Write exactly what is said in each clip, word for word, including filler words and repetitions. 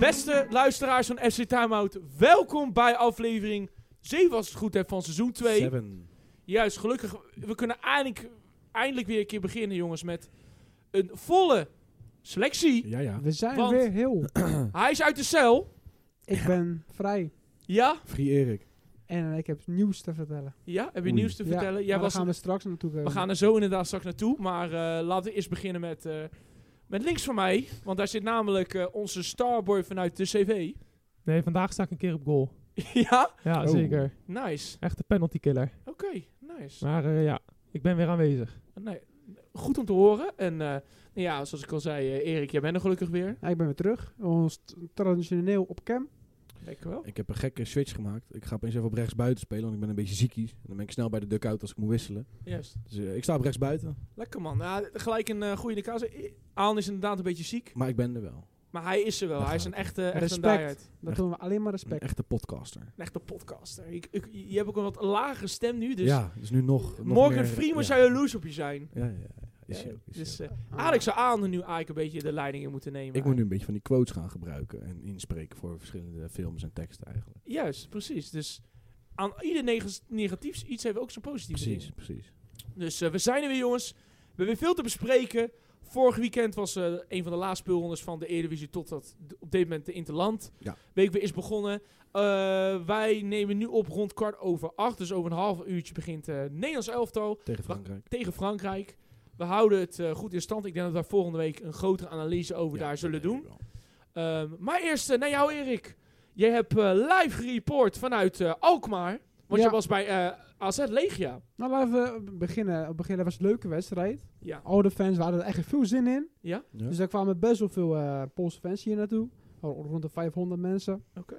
Beste luisteraars van F C Timeout, welkom bij aflevering zeven als ik het goed heb van seizoen twee. zeven. Juist, gelukkig, we kunnen eindelijk, eindelijk weer een keer beginnen jongens met een volle selectie. Ja, ja. We zijn Want- weer heel. Hij is uit de cel. Ik ben vrij. Ja? Free Erik. En ik heb nieuws te vertellen. Ja, heb je Oei. nieuws te Ja, vertellen? maar Jij daar was, gaan we straks naartoe komen. we gaan er zo inderdaad straks naartoe, maar uh, laten we eerst beginnen met, uh, met links van mij. Want daar zit namelijk uh, onze starboy vanuit de C V. Nee, vandaag sta ik een keer op goal. Ja? Ja, Oh. zeker. Nice. Echt een penalty killer. Oké, nice. Maar uh, ja, ik ben weer aanwezig. Nee, goed om te horen. En uh, ja, zoals ik al zei, uh, Erik, jij bent er gelukkig weer. Ja, ik ben weer terug. Ons t- traditioneel op cam. Lekker wel. Ik heb een gekke switch gemaakt. Ik ga opeens even op rechts buiten spelen, want ik ben een beetje ziekies. En dan ben ik snel bij de duck-out als ik moet wisselen. Juist. Dus uh, ik sta op rechts buiten, Lekker man. Nou, gelijk een uh, goede kaas. Alan is inderdaad een beetje ziek. maar ik ben er wel. Maar hij is er wel. Daar Hij is gaat een het. echte, echt een Respect. diehard. Dat Echt. doen we alleen maar Een respect. echte podcaster. Een echte podcaster. Ik, ik, je hebt ook een wat lagere stem nu. Dus ja, dus nu nog, nog Morgan meer, Freeman ja. zou jaloers op je zijn. Ja, ja, ja. Is hij ook, is Dus hij ook. uh, Ah. eigenlijk zou Alan nu eigenlijk een beetje de leiding in moeten nemen. Ik moet nu een beetje van die quotes gaan gebruiken en inspreken voor verschillende films en teksten eigenlijk. Juist, precies. Dus aan ieder neg- negatiefs iets heeft ook zijn positieve Precies, dingen. precies. Dus uh, we zijn er weer jongens. We hebben weer veel te bespreken. Vorig weekend was uh, een van de laatste speelrondes van de Eredivisie totdat d- op dit moment de Interland Ja. week weer is begonnen. Uh, wij nemen nu op rond kwart over acht. Dus over een half uurtje begint uh, Nederlands elftal Tegen Frankrijk. tegen Frankrijk. We houden het uh, goed in stand. Ik denk dat we volgende week een grotere analyse over Ja, daar zullen dat doen. denk ik wel. Um, maar eerst uh, naar jou Erik. Jij hebt uh, live gereport vanuit uh, Alkmaar. Want Ja. je was bij uh, A Z Legia. Nou, laten we beginnen. Op beginnen was het een leuke wedstrijd. Ja. Al de fans hadden er echt veel zin in. Ja? Ja? Dus er kwamen best wel veel uh, Poolse fans hier naartoe. Oh, rond de vijfhonderd mensen. Oké.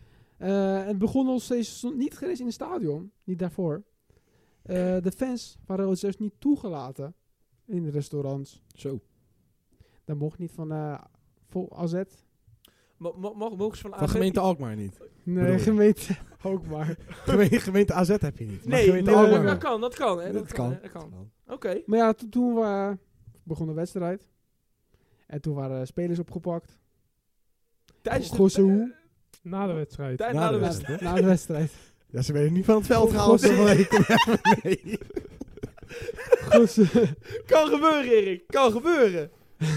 Uh, het begon nog steeds niet geweest in het stadion. Niet daarvoor. Uh, de fans waren zelfs niet toegelaten in de restaurants. Zo. Dat mocht niet van uh, vol A Z. Mo- mo- mo- Mogen ze van A Z... Van gemeente Alkmaar niet. Nee, Bedoel je? gemeente ook maar. Gemeente, gemeente A Z heb je niet. maar Nee, gemeente nee, Alkmaar dat wel. kan, dat kan. Hè, dat, Dat kan. kan. hè, dat kan. Oké. Maar ja, to- toen we, begon de wedstrijd. En toen waren spelers opgepakt. Tijdens de... Gosse hoe? Na de wedstrijd. Tijd Na na de de wedstrijd. Na de wedstrijd. Ja, ze werden niet van het veld Goh, gehaald. goh, zo van, hey, kom even mee. Gosse. Kan gebeuren, Erik. Kan gebeuren.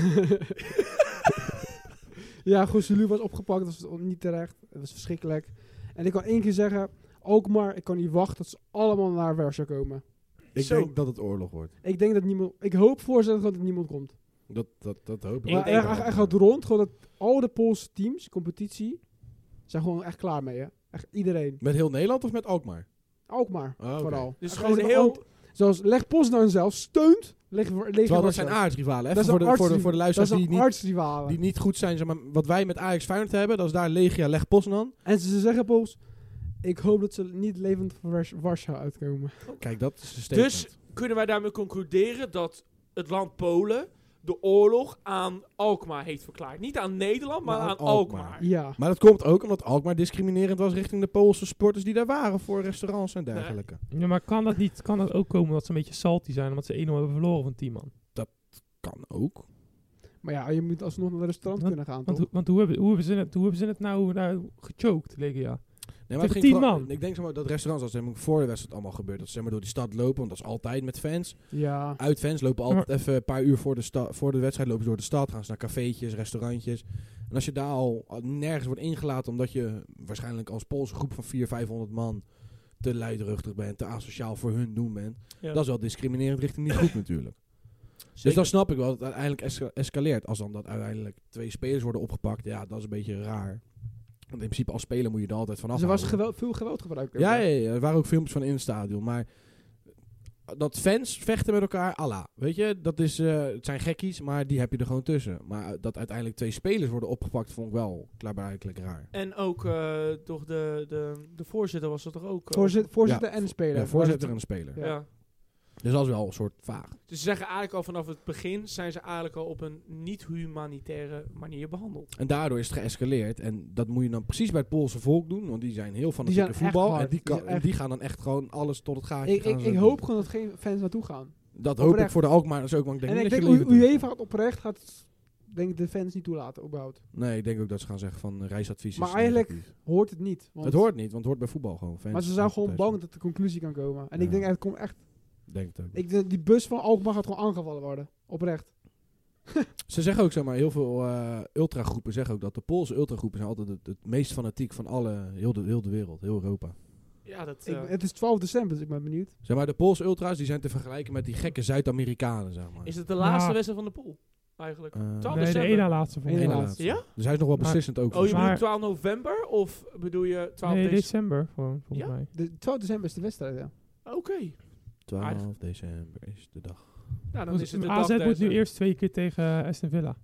Ja, Gosselu was opgepakt. Dat was niet terecht. Dat was verschrikkelijk. En ik kan één keer zeggen, ook maar, ik kan niet wachten tot ze allemaal naar Warschau komen. Ik Zo. denk dat het oorlog wordt. Ik denk dat niemand, ik hoop voor ze dat er niemand komt. Dat, dat, dat hoop ik. Ik Maar denk er, wel. er, er gaat rond, gewoon dat al de Poolse teams, competitie, zijn gewoon echt klaar mee, hè. Echt iedereen. Met heel Nederland of met Alkmaar? Ook maar, Ah, oké. vooral. Dus En gewoon gewoon heel... ook- Zoals Leg Poznan zelf steunt Leg, Leg Terwijl dat Warschau. zijn aardsrivalen. Dat Even is voor een de, voor, de, arts- voor de Dat luisteraars is die een niet, artsrivalen. die niet goed zijn. Zeg maar, wat wij met Ajax Feyenoord hebben, dat is daar Legia Leg Poznan. En ze zeggen Pools, ik hoop dat ze niet levend voor Wars- Warschau uitkomen. Kijk, dat is een statement. Dus kunnen wij daarmee concluderen dat het land Polen de oorlog aan Alkmaar heeft verklaard. Niet aan Nederland, maar Maar aan aan Alkmaar. Alkmaar. Ja. Maar dat komt ook omdat Alkmaar discriminerend was richting de Poolse sporters die daar waren voor restaurants en dergelijke. Ja, maar kan dat niet? Kan dat ook komen omdat ze een beetje salty zijn omdat ze één nul hebben verloren van tien man? Kan ook. Maar ja, je moet alsnog naar het restaurant Want- kunnen gaan, Want, toch? hoe- want hoe, hebben, hoe, hebben ze het, hoe hebben ze het nou, nou gechoked, Legia? Nee, maar het Tegen ging tien vooral- man. Ik denk zeg maar, dat restaurants, dat is helemaal voor de wedstrijd allemaal gebeurd. Dat ze zeg maar, door die stad lopen, want dat is altijd met fans. Ja. Uit fans lopen altijd even een paar uur voor de, sta- voor de wedstrijd lopen ze door de stad. Gaan ze naar cafeetjes, restaurantjes. En als je daar al al nergens wordt ingelaten omdat je waarschijnlijk als Poolse groep van vierhonderd, vijfhonderd man te luidruchtig bent, te asociaal voor hun doen bent. Ja. Dat is wel discriminerend richting die groep natuurlijk. Dus Zeker. dan snap ik wel dat het uiteindelijk esca- escaleert. Als dan dat uiteindelijk twee spelers worden opgepakt, ja, dat is een beetje raar. Want in principe als speler moet je er altijd vanaf Dus er was houden. geweld, veel geweld gebruikt. Ja, ja, ja, er waren ook filmpjes van in het stadion. Maar dat fans vechten met elkaar, Allah. Weet je, dat is, eh, het zijn gekkies, maar die heb je er gewoon tussen. Maar uh, dat uiteindelijk twee spelers worden opgepakt, vond ik wel klaarblijkelijk raar. En ook uh, toch de, de, de voorzitter was er toch ook? uh, Voorzit, voorzitter Ja, en de speler. Ja, voorzitter en een speler. Ja. Ja. Dus dat is wel een soort vaag. Dus ze zeggen eigenlijk al vanaf het begin zijn ze eigenlijk al op een niet-humanitaire manier behandeld. En daardoor is het geëscaleerd. En dat moet je dan precies bij het Poolse volk doen. Want die zijn heel fanatieke zijn echt voetbal. hard. En die, Die kan, zijn en echt- die gaan dan echt gewoon alles tot het gaatje. Ik, gaan ik, ze ik doen. hoop gewoon dat geen fans naartoe gaan. Dat hoop ik Oprecht. voor de Alkmaars ook. Want ik denk en niet ik dat denk, je U- leven UEFA gaat oprecht gaat denk ik de fans niet toelaten, überhaupt. Nee, ik denk ook dat ze gaan zeggen van uh, reisadvies Maar is eigenlijk negatief. hoort het niet. Want Het hoort niet, want het hoort bij voetbal gewoon. Fans maar ze zijn gewoon thuis. bang dat de conclusie kan komen. En Ja. ik denk, het komt echt... Denk het ook. Ik denk, die bus van Alkmaar gaat gewoon aangevallen worden. Oprecht. Ze zeggen ook, zeg maar, heel veel uh, ultragroepen zeggen ook dat de Poolse ultragroepen zijn altijd het, het meest fanatiek van alle, heel de, heel de wereld, heel Europa. Ja, dat... Ik, eh, het is twaalf december, dus ik ben benieuwd. Zeg maar, de Poolse ultra's die zijn te vergelijken met die gekke Zuid-Amerikanen, zeg maar. is het de laatste Ja. wedstrijd van de pool? Eigenlijk. Uh, twaalf Nee, de december. ene laatste Ene volgens mij. laatste. Ja? Dus hij is nog wel Maar- beslissend ook. Oh, je volgens mij. Maar- bedoelt twaalf november? Of bedoel je twaalf Nee, december? december gewoon, volgens Ja? mij. De twaalf december is de wedstrijd, ja. Oké. twaalf december is de dag. Nou, dan is het de A Z dag moet nu der- eerst twee keer tegen uh, Aston Villa.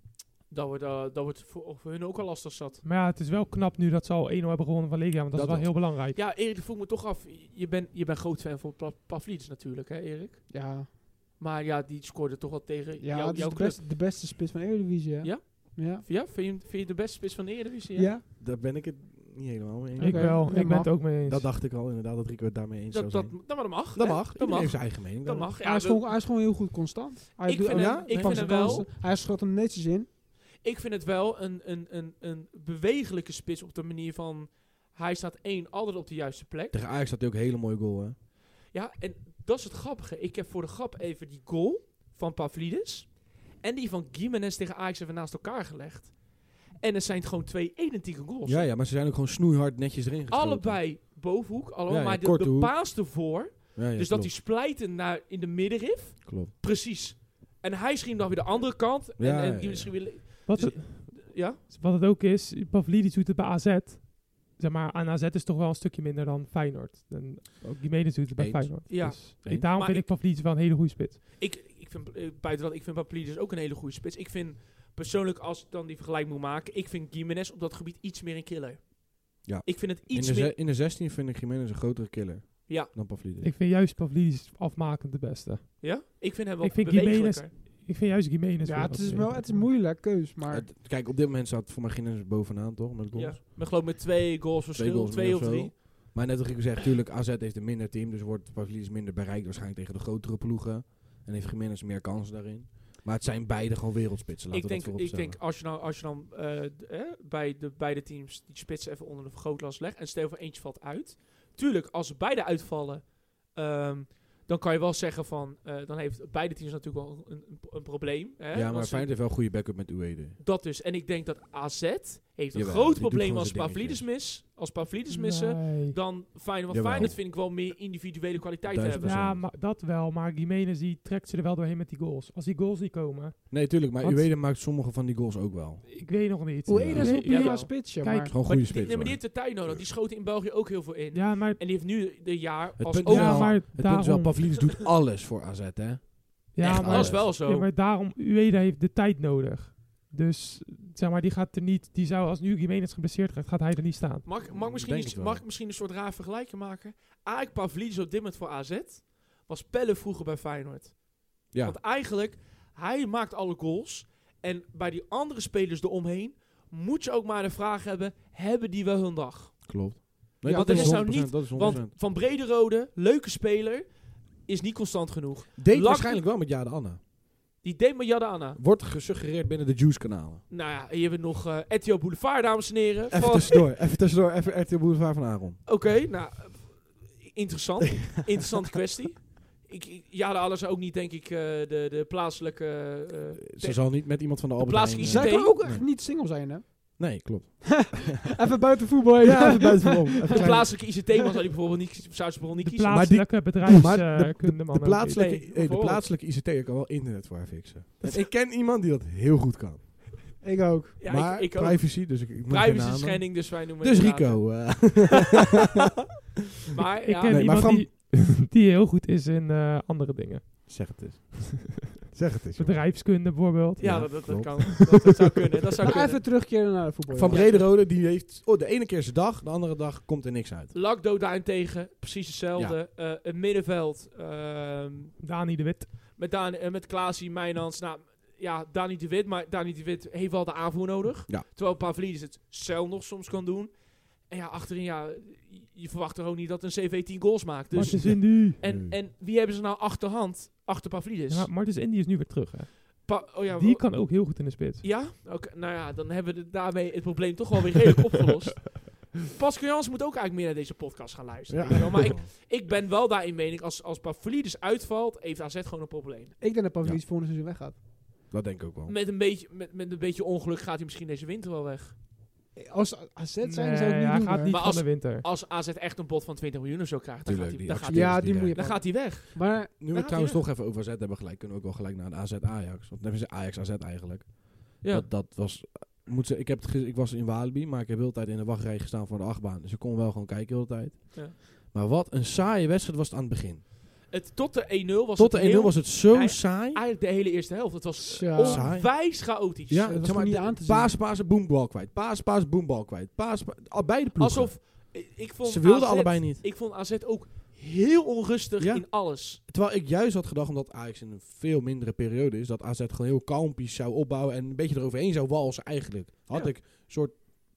Dat wordt, uh, dat wordt voor, voor hun ook al lastig zat. Maar ja, het is wel knap nu dat ze al één nul hebben gewonnen van Legia, want dat, Dat is wel wel. heel belangrijk. Ja, Erik, dat vroeg me toch af. Je bent je bent groot fan van Pa- Pavlidis natuurlijk, hè Erik? Ja, Maar ja, die scoorde toch wel tegen ja jou, het is jouw de club. beste, de beste spits van de Eredivisie, hè? Ja? Ja. Ja, vind je, vind je de beste spits van de Eredivisie? Ja? Ja? Daar ben ik het niet helemaal mee eens. Ik Oké, wel, ja, ik ben mag. het ook mee eens. Dat dacht ik al, inderdaad, dat Rico het daarmee eens Dat, zou dat, zijn. dat, maar dat mag. Dat hè? mag, Dat iedereen mag. heeft zijn eigen mening. Dat daarom. mag. hij, Ja, is we- gewoon, hij is gewoon heel goed constant. Hij Ik doet- vind hij hem- pakt ik vind zijn hem wel- kansen. Hij schot hem netjes in. Ik vind het wel een, een, een, een bewegelijke spits op de manier van... Hij staat één, altijd op de juiste plek. Tegen Ajax had hij ook een hele mooie goal, hè? Ja, en dat is het grappige. Ik heb voor de grap even die goal van Pavlidis en die van Gimenez tegen Ajax even naast elkaar gelegd. En het zijn gewoon twee identieke goals. Ja, ja, maar ze zijn ook gewoon snoeihard netjes erin geschoten. Allebei bovenhoek, allemaal, Ja, ja, maar de, korte de hoek. paas ervoor, Ja, ja, dus dat die klopt, splijten naar in de middenrif, klopt. precies. En hij schiet dan weer de andere kant. En, Ja, en ja, die ja. misschien weer... Wat, Dus- het, Ja? wat het ook is, Pavlidis doet het bij A Z. Zeg maar, aan A Z is toch wel een stukje minder dan Feyenoord. En ook Gimenez doet het bij Eens. Feyenoord. Ja. Dus Eens. ik, daarom Maar vind ik- ik Pavlidis wel een hele goede spits. Ik, ik vind, eh, buiten dat, ik vind Pavlidis ook een hele goede spits. Ik vind persoonlijk, als ik dan die vergelijking moet maken, ik vind Gimenez op dat gebied iets meer een killer. Ja. Ik vind het In iets de, meer... ze- in de zestien vind ik Jiménez een grotere killer Ja. dan Pavlidis. Ik vind juist Pavlidis afmakend de beste. Ja? Ik vind hem wel Ik vind bewegelijker. Ik vind juist Gimenez Ja, wel het wat is wel beter. het is een moeilijk keus, maar... Het- kijk, op dit moment staat voor mij Jiménez bovenaan, toch? Met goals. Ja. Maar geloof met twee goals verschil, twee, goals meer of zo. drie. Maar net als ik zeg, natuurlijk, A Z heeft een minder team, dus wordt Pavlidis minder bereikt waarschijnlijk tegen de grotere ploegen. En heeft Jiménez meer kansen daarin. Maar het zijn beide gewoon wereldspitsen, laten Ik we denk, dat ik vooropstellen. denk als je nou, als je dan eh, d- eh, bij de beide teams die spitsen even onder de vergrootglas legt en stel voor eentje valt uit. Tuurlijk, als ze beide uitvallen, ehm, dan kan je wel zeggen van, eh, dan heeft beide teams natuurlijk wel een, een, een probleem. Hè, ja, maar want ze- Feyenoord heeft wel een goede backup met Uede. Dat dus. En ik denk dat A Z heeft een Jawel, groot die probleem doet als gewoon zijn Pavlidis mis. Als Pavlidis missen, Nee. dan Feyenoord. Want Jawel. Feyenoord vind ik wel meer individuele kwaliteit Duizend hebben. procent. Ja, maar dat wel. Maar Gimenez die trekt ze er wel doorheen met die goals. Als die goals niet komen, Nee, tuurlijk, maar Wat? Uede maakt sommige van die goals ook wel. ik weet nog niet. Hoe Ja. één is wel Nee, prima jawel. spitsje, Kijk, maar... Gewoon Maar goede die, spits. nee, maar die hoor. heeft de tijd nodig. Die schoten in België ook heel veel in. Ja, maar, En die heeft nu de jaar Het als punt is ook. wel- ja, maar Het punt daarom... is wel, Pavlidis doet alles voor A Z, hè? ja, echt maar, Dat is wel zo. ja, maar daarom, Ueda heeft de tijd nodig. Dus, zeg maar, die gaat er niet... Die zou, als nu Gimenez geblesseerd gaat, gaat hij er niet staan. Mag, ik- mag, ik misschien Denk iets, het wel. mag ik misschien een soort raar vergelijking maken? Eigenlijk Pavlidis op dit moment voor A Z was Pelle vroeger bij Feyenoord. Ja, Want eigenlijk, hij maakt alle goals. En bij die andere spelers eromheen moet je ook maar de vraag hebben, hebben die wel hun dag? klopt. Nee, want dat er is is nou honderd procent, niet- dat is honderd Want procent. Van Brederode, leuke speler, is niet constant genoeg. Deed Lak- waarschijnlijk wel met Jade Anna. Die deed met Jadana. Wordt gesuggereerd binnen de Juice-kanalen. Nou ja, hier hebben we nog eh R T O Boulevard, dames en heren. Even Van- tussendoor, even tussendoor, even R T L Boulevard van Aaron. Oké, nou, eh, interessant. Interessante kwestie. Ik, ik, ja, de alles ook niet, denk ik, eh, de, de plaatselijke... eh, Ze zal niet met iemand van de De Albert Heijn... plaatselijke Zij I C T. kan ook echt Nee. niet single zijn, hè? Nee, klopt. Even buiten voetbal. Ja, even buiten van om. Even de klein- plaatselijke I C T-man zou die bijvoorbeeld niet, zou ze bijvoorbeeld niet De kiezen. plaatselijke Maar de, bedrijfskunde de, de plaatselijke, Nee, hey, de bijvoorbeeld. plaatselijke I C T'er kan wel internet voor haar fixen. En ik ken iemand die dat heel goed kan. Ik ook. Ja, maar ik, ik ook. privacy, dus ik, ik noem geen Privacy namen. schending, dus wij noemen Dus het Rico. inderdaad. eh. Maar Ik ja, ken Nee, maar iemand Fran- die, die heel goed is in eh, andere dingen. zeg het eens. zeg het eens. jongen. Bedrijfskunde bijvoorbeeld. ja, Ja, dat, dat, dat klopt. kan. Dat, dat zou kunnen. Dat zou Maar kunnen. even terugkeren naar de voetbal. Van ja. Brederode, die heeft... Oh, de ene keer zijn dag, de andere dag komt er niks uit. Lakdo daarentegen, precies hetzelfde. Eh een middenveld ehm, Dani de Wit. met, Daan, eh, met Klaasie, Mijnans. Nou, ja, Dani de Wit, maar Dani de Wit heeft wel de aanvoer nodig. Ja. Terwijl Pavlidis het zelf nog soms kan doen. En ja, achterin, ja, je- je verwacht er ook niet dat een C V tien goals maakt. Dus, Martens Indy. en, Hmm. en wie hebben ze nou achterhand, achter Pavlidis? Ja, Martens Indy is nu weer terug, hè? Pa- oh ja, Die wa- kan ook heel goed in de spits. Ja? Oké, nou ja, dan hebben we de- daarmee het probleem toch wel weer redelijk opgelost. Pascal Jansen moet ook eigenlijk meer naar deze podcast gaan luisteren. Ja. weet je wel. Maar ik, ik ben wel daarin mening, als, als Pavlidis uitvalt, heeft A Z gewoon een probleem. Ik denk dat Pavlidis volgende seizoen weggaat. Dat denk ik ook wel. Met een, beetje, met, met een beetje ongeluk gaat hij misschien deze winter wel weg. Als A Z zijn, Nee, zou ik niet hij doen. gaat maar- niet Maar van als- de winter. Als A Z echt een bod van twintig miljoen of zo krijgt, dan, Tuurlijk, gaat, hij, die dan, gaat, accepteert Ja, het die moet je direct. dan gaat hij weg. Maar Nu we gaat het trouwens hij toch even over A Z hebben gelijk, kunnen we ook wel gelijk naar de A Z Ajax. Want dan hebben ze Ajax A Z eigenlijk. Ja. Dat, dat was... Moet ze, ik, heb het ge- ik was in Walibi, maar ik heb de hele tijd in de wachtrij gestaan voor de achtbaan. Dus ik kon wel gewoon kijken de hele tijd. Ja. Maar wat een saaie wedstrijd was het aan het begin. Het, tot de één nul was Tot de het één nul heel- was het zo Hij- saai. eigenlijk de hele eerste helft. Het was Ja. Saai. onwijs chaotisch. Ja, dat was zeg gewoon maar, niet de- aan te zien. paas, paas, boembal kwijt. Paas, paas, boembal kwijt. Paas, pa- al beide ploegen. Alsof, ik, ik vond Ze wilden A Z allebei niet. Ik vond A Z ook heel onrustig Ja. in alles. Terwijl ik juist had gedacht, omdat Ajax in een veel mindere periode is, dat A Z gewoon heel kalmpjes zou opbouwen en een beetje eroverheen zou walsen eigenlijk. Had Ja. ik een soort,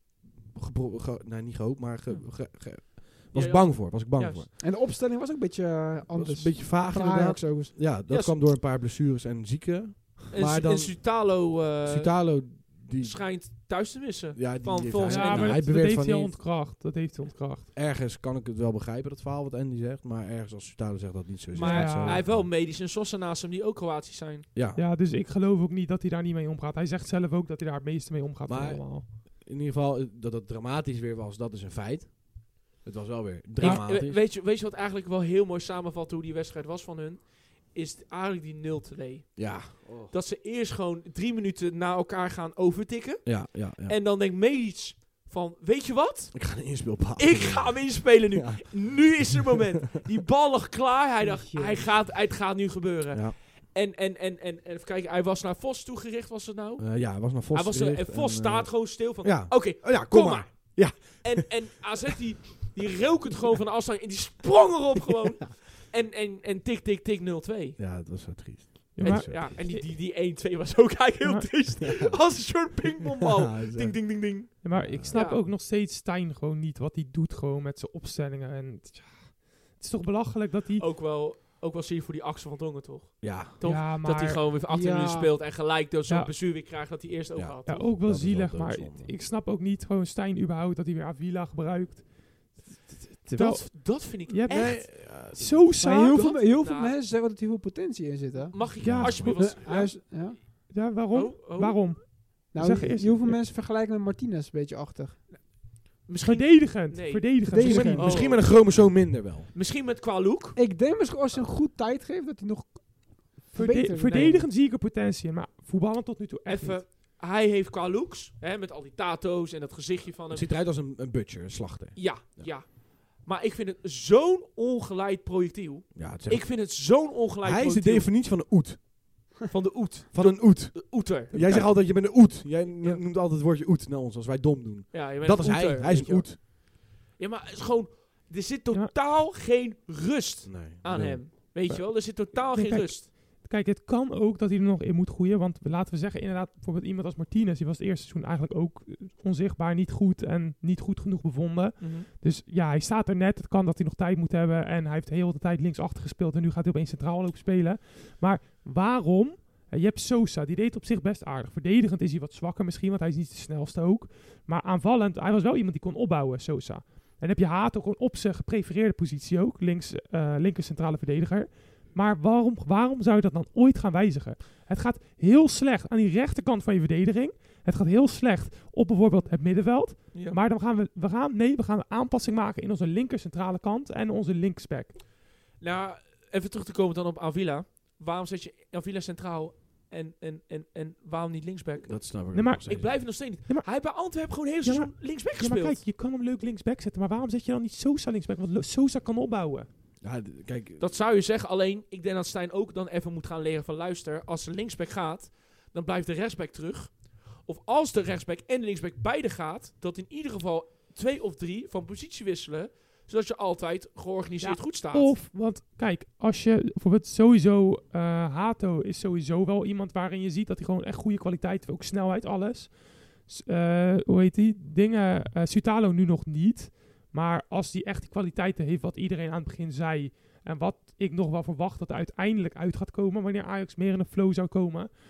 gebro- ge- nee niet gehoopt, maar ge- ge- ge- was Ja, ik ja. bang voor. Was ik bang Juist. voor. En de opstelling was ook een beetje uh, Dat anders. was een beetje vaag Van inderdaad. Ajax ook. Ja, dat Ja, kwam door een paar blessures en zieken. En, Maar Su- dan- en Sutalo eh, Citalo, die, schijnt thuis te missen. ja, die van heeft volgens hij, mij- Ja, en maar hij dat, dat beweert heeft van hij niet. ontkracht. Dat heeft hij ontkracht. Ergens kan ik het wel begrijpen, dat verhaal wat Andy zegt, maar ergens als Citalo zegt dat niet zo is. Maar Ja. Zo- hij heeft wel medisch en Sosa naast hem die ook Kroatisch zijn. Ja, Ja, dus ik geloof ook niet dat hij daar niet mee omgaat. Hij zegt zelf ook dat hij daar het meeste mee omgaat. Maar- van allemaal. in ieder geval eh, dat het dramatisch weer was, dat is een feit. Het was wel weer Ik, dramatisch. we- weet, je, weet je wat eigenlijk wel heel mooi samenvat hoe die wedstrijd was van hun? Is het eigenlijk die nul twee. Ja. Dat ze eerst gewoon drie minuten na elkaar gaan overtikken. Ja, ja, ja. En dan denkt Medic van, weet je wat? Ik ga een inspelpaal. Ik ga hem inspelen nu. Ja. Nu is het moment. Die bal lag klaar. Hij dacht, Ja. hij gaat, het gaat nu gebeuren. Ja, En, en, en, en, en even kijken, hij was naar Vos toegericht, was het nou? Eh, ja, hij was naar Vos hij was er, en gericht Vos en, staat eh, gewoon stil van, Ja. oké, Oh ja, kom, kom maar. maar. Ja. En, en A Z die, die rook het gewoon van de afstand en die sprong erop gewoon. En, en, en tik, tik, tik nul twee. Ja, het was zo triest. Ja, En, maar, ja, en die, die, die één twee was ook eigenlijk heel Maar- triest. Als een soort pingpongbal. Ja, het is Ding, echt- ding, ding, ding. ja, maar ik snap Ja. ook nog steeds Stijn gewoon niet. Wat hij doet gewoon met zijn opstellingen. En, tja, het is toch belachelijk dat hij... Ook wel, ook wel zie je voor die Axel van Dongen, toch? Ja. Toch? Ja, maar... Dat hij gewoon weer achttien Ja. minuten speelt en gelijk door zo'n Ja. blessure weer krijgt dat hij eerst ook Ja. had. Ja, toch? ook wel Dat is wel zielig, maar doodzonde. ik snap ook niet gewoon Stijn überhaupt dat hij weer Avila gebruikt. Terwijl, Dat, dat vind ik Je hebt- echt... zo Maar saai. heel dat- veel, heel veel nou. mensen zeggen dat hij veel potentie in zit, hè? Mag ik Ja. alsjeblieft... Eh, wat- hij is- ja. Ja, waarom? Oh, oh. Waarom? Nou, Zeg eerst- heel veel mensen vergelijken met Martinez een beetje achtig. Misschien, Verdedigend. Nee. Verdedigend. Verdedigend. Misschien. Oh. Misschien met een chromosoom minder wel. misschien met qua look. Ik denk misschien als hij een goed tijd geeft, dat hij nog Verde- verbetert. verdedigend zie ik er potentie in, maar voetballen tot nu toe echt Even, niet. hij heeft qua looks, hè, met al die tato's en dat gezichtje van hem. Het ziet eruit als een, een butcher, een slachter. Ja, Ja. ja. Maar ik vind het zo'n ongeleid projectiel. Ja, het is echt- Ik vind het zo'n ongeleid hij is de projectiel definitie van een oet. van de oet. Van een oet. De oeter. Jij zegt altijd, je bent een oet. Jij no- Ja. noemt altijd het woordje oet naar ons, als wij dom doen. Ja, je bent Dat een is hij. oeter, Hij is weet je een wel. oet. Ja, maar het is gewoon... Er zit Ja. totaal geen rust Nee. aan nee. hem. Weet je wel? Er zit totaal Nee, geen kijk, rust. Kijk, het kan ook dat hij er nog in moet groeien. Want laten we zeggen, inderdaad, bijvoorbeeld iemand als Martinez, die was het eerste seizoen eigenlijk ook eh, onzichtbaar, niet goed en niet goed genoeg bevonden. Dus ja, hij staat er net. Het kan dat hij nog tijd moet hebben. En hij heeft heel de tijd linksachter gespeeld. En nu gaat hij opeens centraal lopen spelen. Maar waarom? Eh, Je hebt Sosa, die deed op zich best aardig. Verdedigend is hij wat zwakker misschien, want hij is niet de snelste ook. Maar aanvallend, hij was wel iemand die kon opbouwen, Sosa. En dan heb je Hato gewoon op zijn geprefereerde positie ook. Links, eh linker centrale verdediger. Maar waarom, waarom zou je dat dan ooit gaan wijzigen? Het gaat heel slecht aan die rechterkant van je verdediging. Het gaat heel slecht op bijvoorbeeld het middenveld. Ja. Maar dan gaan we, we gaan, nee, we gaan een aanpassing maken in onze linker centrale kant en onze linksback. Nou, even terug te komen dan op Avila. Waarom zet je Avila centraal en, en, en, en waarom niet linksback? Dat snap ik Nee, maar nog steeds Ik blijf het nog steeds niet. Ja, maar- Hij heeft bij Antwerpen gewoon heel Ja, maar- seizoen linksback Ja, maar gespeeld. kijk, je kan hem leuk linksback zetten, maar waarom zet je dan niet Sosa linksback? Want Lo- Sosa kan opbouwen. Ja, d- kijk, Dat zou je zeggen, alleen ik denk dat Stijn ook dan even moet gaan leren van luister, als de linksback gaat, dan blijft de rechtsback terug. Of als de rechtsback en de linksback beide gaat, dat in ieder geval twee of drie van positie wisselen, zodat je altijd georganiseerd Ja, goed staat. Of, want kijk, als je bijvoorbeeld sowieso, uh, Hato is sowieso wel iemand waarin je ziet dat hij gewoon echt goede kwaliteit heeft, ook snelheid, alles. S- uh, hoe heet die? Dingen, uh, Sutalo nu nog niet. Maar als hij echt die kwaliteiten heeft, wat iedereen aan het begin zei, en wat ik nog wel verwacht dat er uiteindelijk uit gaat komen, wanneer Ajax meer in een flow zou komen,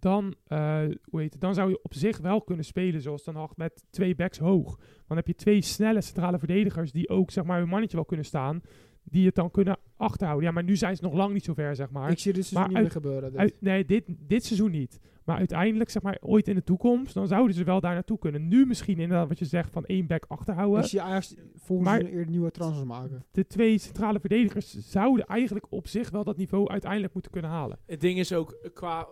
dan, uh, hoe heet het, dan zou je op zich wel kunnen spelen zoals Ten Hag met twee backs hoog. Dan heb je twee snelle centrale verdedigers die ook zeg maar hun mannetje wel kunnen staan, die het dan kunnen achterhouden. Ja, maar nu zijn ze nog lang niet zo ver, zeg maar. Ik zie dit seizoen niet meer gebeuren. Dit. Uit, nee, dit, dit seizoen niet. Maar uiteindelijk, zeg maar, ooit in de toekomst, dan zouden ze wel daar naartoe kunnen. Nu misschien inderdaad wat je zegt van één back achterhouden. Ik zie Ajax volgens mij eerder nieuwe transfers maken. De twee centrale verdedigers zouden eigenlijk op zich wel dat niveau uiteindelijk moeten kunnen halen. Het ding is ook, qua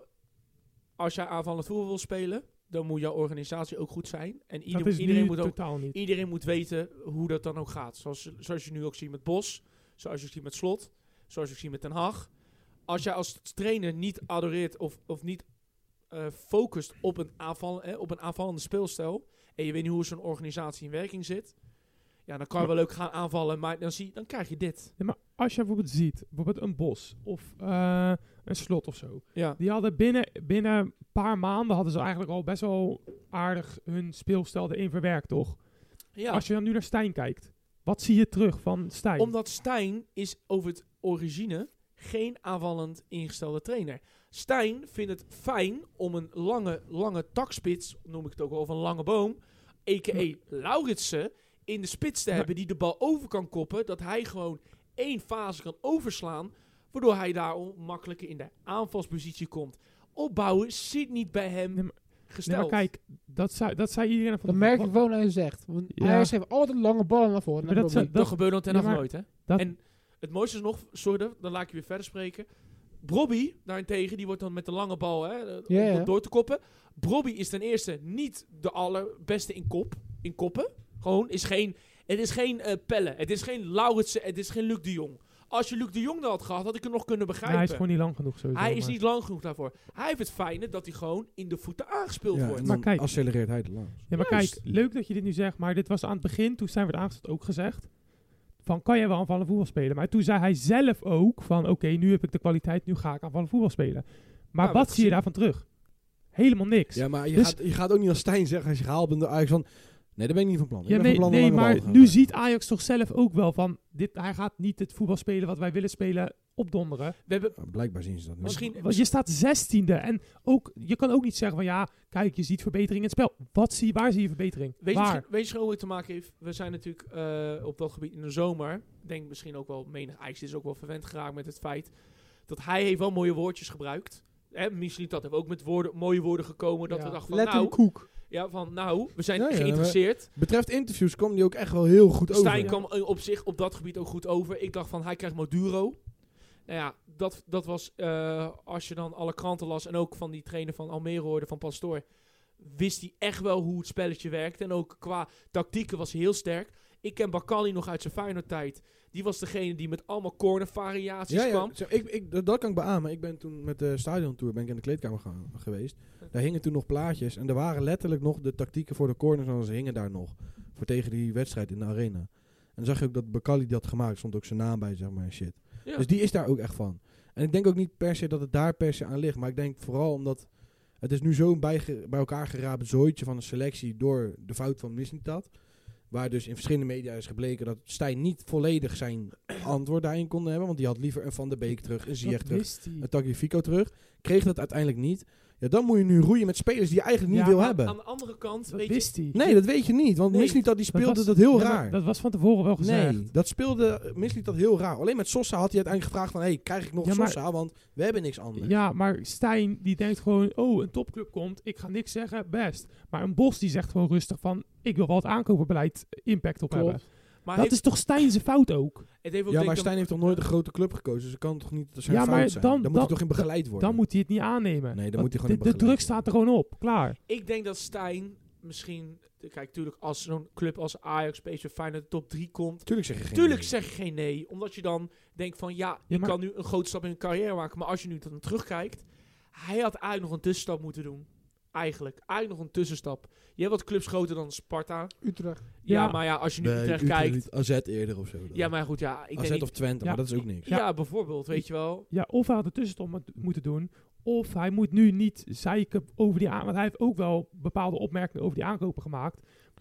als jij aanvallend voetbal wil spelen, dan moet jouw organisatie ook goed zijn. En ieder, dat is iedereen, nu moet ook, totaal niet. iedereen moet weten hoe dat dan ook gaat. Zoals, zoals je nu ook ziet met Bos, zoals je ziet met Slot, zoals je ziet met Ten Hag. Als jij als trainer niet adoreert of, of niet uh, focust op een, aanval, eh, op een aanvallende speelstijl, en je weet niet hoe zo'n organisatie in werking zit, ja, dan kan je wel leuk gaan aanvallen, maar dan, zie, dan krijg je dit. Ja, maar als je bijvoorbeeld ziet, bijvoorbeeld een Bos of uh, een Slot of zo. Ja. Die hadden binnen, binnen een paar maanden hadden ze eigenlijk al best wel aardig hun speelstijl erin verwerkt, toch? Ja. Als je dan nu naar Stijn kijkt, wat zie je terug van Stijn? Omdat Stijn is over het origine geen aanvallend ingestelde trainer. Stijn vindt het fijn om een lange, lange takspits, noem ik het ook wel, of een lange boom, a k a. Lauritsen, in de spits te Ja. hebben die de bal over kan koppen, dat hij gewoon één fase kan overslaan, waardoor hij daarom makkelijker in de aanvalspositie komt. Opbouwen zit niet bij hem Nee, maar- gesteld. Nee, maar kijk, dat zei, dat zei iedereen van... Dat merk ik gewoon aan je zegt. Want Ja. Ajax heeft altijd lange ballen naar voren. Maar naar dat Robbie. zou- dat gebeurt dan ten Ja, af maar nooit, hè? dat- En het mooiste is nog, sorry, dan laat ik je weer verder spreken. Brobby, daarentegen, die wordt dan met de lange bal, hè, om Ja, ja. dat door te koppen. Brobby is ten eerste niet de allerbeste in kop, in koppen. Gewoon, is geen, het is geen uh, Pelle, het is geen Lauritsen, het is geen Luc de Jong. Als je Luc de Jong dan had gehad, had ik het nog kunnen Ja, begrijpen. hij is gewoon niet lang genoeg sowieso. Hij is maar- niet lang genoeg daarvoor. Hij heeft het fijne dat hij gewoon in de voeten aangespeeld Ja, wordt. en Maar dan kijk- accelereert hij te langs. Ja, maar Juist. kijk, leuk dat je dit nu zegt, maar dit was aan het begin, toen zijn we het aangesteld ook gezegd, van kan jij wel aanvallen voetbal spelen? Maar toen zei hij zelf ook van, oké, nu heb ik de kwaliteit, nu ga ik aanvallen voetbal spelen. Maar Nou, wat dat zie je zie- daarvan terug? Helemaal niks. Ja, maar je, Dus- gaat, je gaat ook niet als Stijn zeggen als je gehaald bent door Ajax van... Nee, daar ben ik niet van plan. Ik Ja, ben nee, van plan om nee lange maar ballen te gaan nu spelen. ziet Ajax toch zelf ook wel van, dit, hij gaat niet het voetbal spelen wat wij willen spelen opdonderen. We hebben Ja, blijkbaar zien ze dat niet. misschien... Want je staat zestiende en ook, je kan ook niet zeggen van ja, kijk, je ziet verbetering in het spel. Wat zie je, waar zie je verbetering? Weet je, waar? misschien, weet je hoe het te maken heeft? We zijn natuurlijk uh, op dat gebied in de zomer, ik denk misschien ook wel, menig Ajax is ook wel verwend geraakt met het feit dat hij heeft wel mooie woordjes gebruikt. Hè, misschien dat heeft ook met woorden, mooie woorden gekomen, dat Ja. we dachten van Let nou, hem koek. ja, van nou, we zijn Ja, ja, geïnteresseerd. Betreft interviews kwam die ook echt wel heel goed over. Stijn kwam uh, op zich op dat gebied ook goed over. Ik dacht van hij krijgt Maduro. Nou ja, dat, dat was, uh, als je dan alle kranten las en ook van die trainer van Almere hoorde, van Pastoor, wist hij echt wel hoe het spelletje werkt. En ook qua tactieken was hij heel sterk. Ik ken Bakali nog uit zijn Feyenoord-tijd. Die was degene die met allemaal corner-variaties Ja, ja. kwam. Zo, ik, ik, dat dat kan ik beamen. Ik ben toen met de stadiontour ben ik in de kleedkamer gaan, geweest. Daar hingen toen nog plaatjes. En er waren letterlijk nog de tactieken voor de corners. En ze hingen daar nog. Voor tegen die wedstrijd in de arena. En dan zag je ook dat Bakali die had gemaakt. Stond ook zijn naam bij, zeg maar, en shit. Ja. Dus die is daar ook echt van. En ik denk ook niet per se dat het daar per se aan ligt. Maar ik denk vooral omdat... Het is nu zo'n bij, bij elkaar geraapt zooitje van een selectie door de fout van Mislintat. Waar dus in verschillende media is gebleken dat Stijn niet volledig zijn antwoord daarin kon hebben. Want die had liever een Van der Beek terug, een Ziyech Dat terug, wist hij. een Tagliafico terug. Kreeg dat uiteindelijk niet. Ja, dan moet je nu roeien met spelers die je eigenlijk niet Ja, wil Maar hebben. aan de andere kant, Dat weet je, wist hij. Nee, dat weet je niet. Want Nee, Mislintat die Dat speelde was- dat heel ja, maar raar. Dat was van tevoren wel gezegd. Nee, dat speelde Mislintat heel raar. Alleen met Sosa had hij uiteindelijk gevraagd van... Hey, krijg ik nog Ja, maar- Sosa? Want we hebben niks anders. Ja, maar Stijn die denkt gewoon, oh, een topclub komt, ik ga niks zeggen, best. Maar een Bos die zegt gewoon rustig van, ik wil wel het aankopenbeleid impact op Klopt. hebben. maar Dat heeft, is toch Stijn zijn fout ook? het heeft ook Ja, denk maar ik Stijn een- heeft toch nooit een grote club gekozen? Dus het kan toch niet zijn Ja, fout maar zijn? dan- Dan, moet dan- hij toch in begeleid worden? Dan moet hij het niet aannemen. Nee, dan Want moet hij gewoon de, in de begeleid druk staat er gewoon op, klaar. Ik denk dat Stijn misschien... Kijk, natuurlijk als zo'n club als Ajax, P S V, Feyenoord de top drie komt... Tuurlijk zeg je geen Tuurlijk nee. zeg je geen nee. Omdat je dan denkt van ja, Ja, ik maar- kan nu een grote stap in een carrière maken. Maar als je nu dan terugkijkt... Hij had eigenlijk nog een tussenstap moeten doen. Eigenlijk. Eigenlijk nog een tussenstap. Je hebt wat clubs groter dan Sparta. Utrecht. Ja, Ja. maar ja, als je nu Bij Utrecht Utrecht, kijkt... A Z eerder of zo. dan. Ja, maar goed, ja. Ik A Z denk of niet, Twente, Ja. maar dat is ook niks. ja, bijvoorbeeld, weet je wel. Ja, of hij had de tussenstop mo- moeten doen, of hij moet nu niet zeiken over die aan, want hij heeft ook wel bepaalde opmerkingen over die aankopen gemaakt.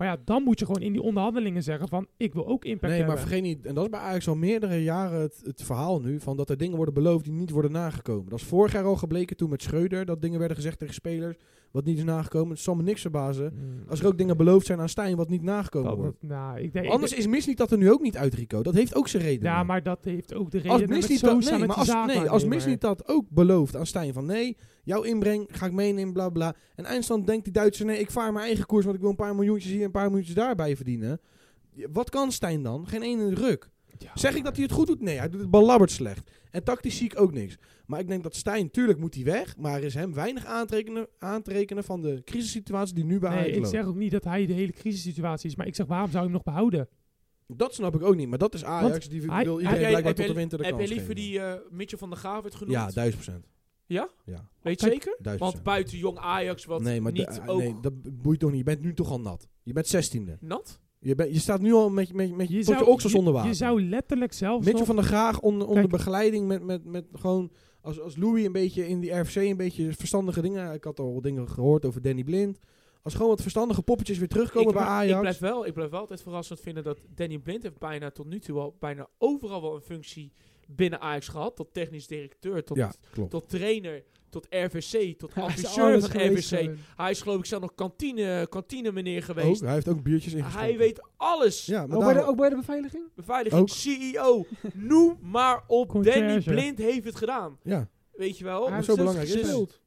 Maar ja, dan moet je gewoon in die onderhandelingen zeggen van, ik wil ook impact Nee, hebben. maar vergeet niet, en dat is bij Ajax al meerdere jaren het, het verhaal nu, van dat er dingen worden beloofd die niet worden nagekomen. Dat is vorig jaar al gebleken toen met Schreuder, dat dingen werden gezegd tegen spelers, wat niet is nagekomen. Het zal me niks verbazen Mm. als er ook dingen beloofd zijn aan Stijn wat niet nagekomen Dat- wordt. nou, ik denk, ik Anders denk- is Misliet dat er nu ook niet uit, Rico. Dat heeft ook zijn reden. Ja, maar dat heeft ook de reden als met Misliet Sosa dat, nee, met maar die als, nee, als zaakwaarnemer. Misliet dat ook belooft aan Stijn van nee, jouw inbreng ga ik meenemen, bla bla. En eindstand denkt die Duitser nee, ik vaar mijn eigen koers, want ik wil een paar miljoentjes hier en een paar miljoentjes daarbij verdienen. Wat kan Stijn dan? Geen ene ruk. Ja, Zeg ik dat hij het goed doet? Nee, hij doet het belabberd slecht. En tactisch zie ik ook niks. Maar ik denk dat Stijn, tuurlijk moet hij weg, maar er is hem weinig aan te rekenen, aan te rekenen van de crisissituatie die nu bij Nee, Ajax ik loopt. zeg ook niet dat hij de hele crisissituatie is, maar ik zeg, waarom zou je hem nog behouden? Dat snap ik ook niet, maar dat is Ajax. Want die hij- wil hij- iedereen Heb jij- blijkbaar heb tot de jij- winter de Heb kans jij liever geven. die uh, Mitchell van der Gaaf werd genoemd? Ja, duizend procent. Ja? Ja, Weet je Kijk, zeker? duizend Want procent. buiten jong Ajax, wat nee, maar niet de- ook nee, dat boeit toch niet. Je bent nu toch al nat. Je bent zestiende. nat? Je, bent, je staat nu al met, met, met je, Je tot je zou, oksels onder water. je zou letterlijk zelfs Mitchell nog... van der Graag onder, onder Kijk. begeleiding met, met, met gewoon... Als, als Louis een beetje in die R F C een beetje verstandige dingen... Ik had al dingen gehoord over Danny Blind. Als gewoon wat verstandige poppetjes weer terugkomen ik, bij Ajax. Ik blijf, wel, ik blijf wel altijd verrassend vinden dat Danny Blind heeft bijna tot nu toe al bijna overal wel een functie binnen Ajax gehad. Tot technisch directeur, tot, ja, klopt. tot trainer, tot R V C, tot Hij is adviseur alles van R geweest V C. gewoon. Hij is geloof ik zelf nog kantine, kantine meneer Ook, geweest. hij heeft ook biertjes ingeschonken. Hij weet alles. Ja, maar Ook bij, de, daarom- ook bij de beveiliging? Beveiliging, Ook. C E O, noem maar op. Conciërge. Danny Blind heeft het gedaan. ja, Weet je wel? Hij maar heeft zo zelfs belangrijk is het. gespeeld.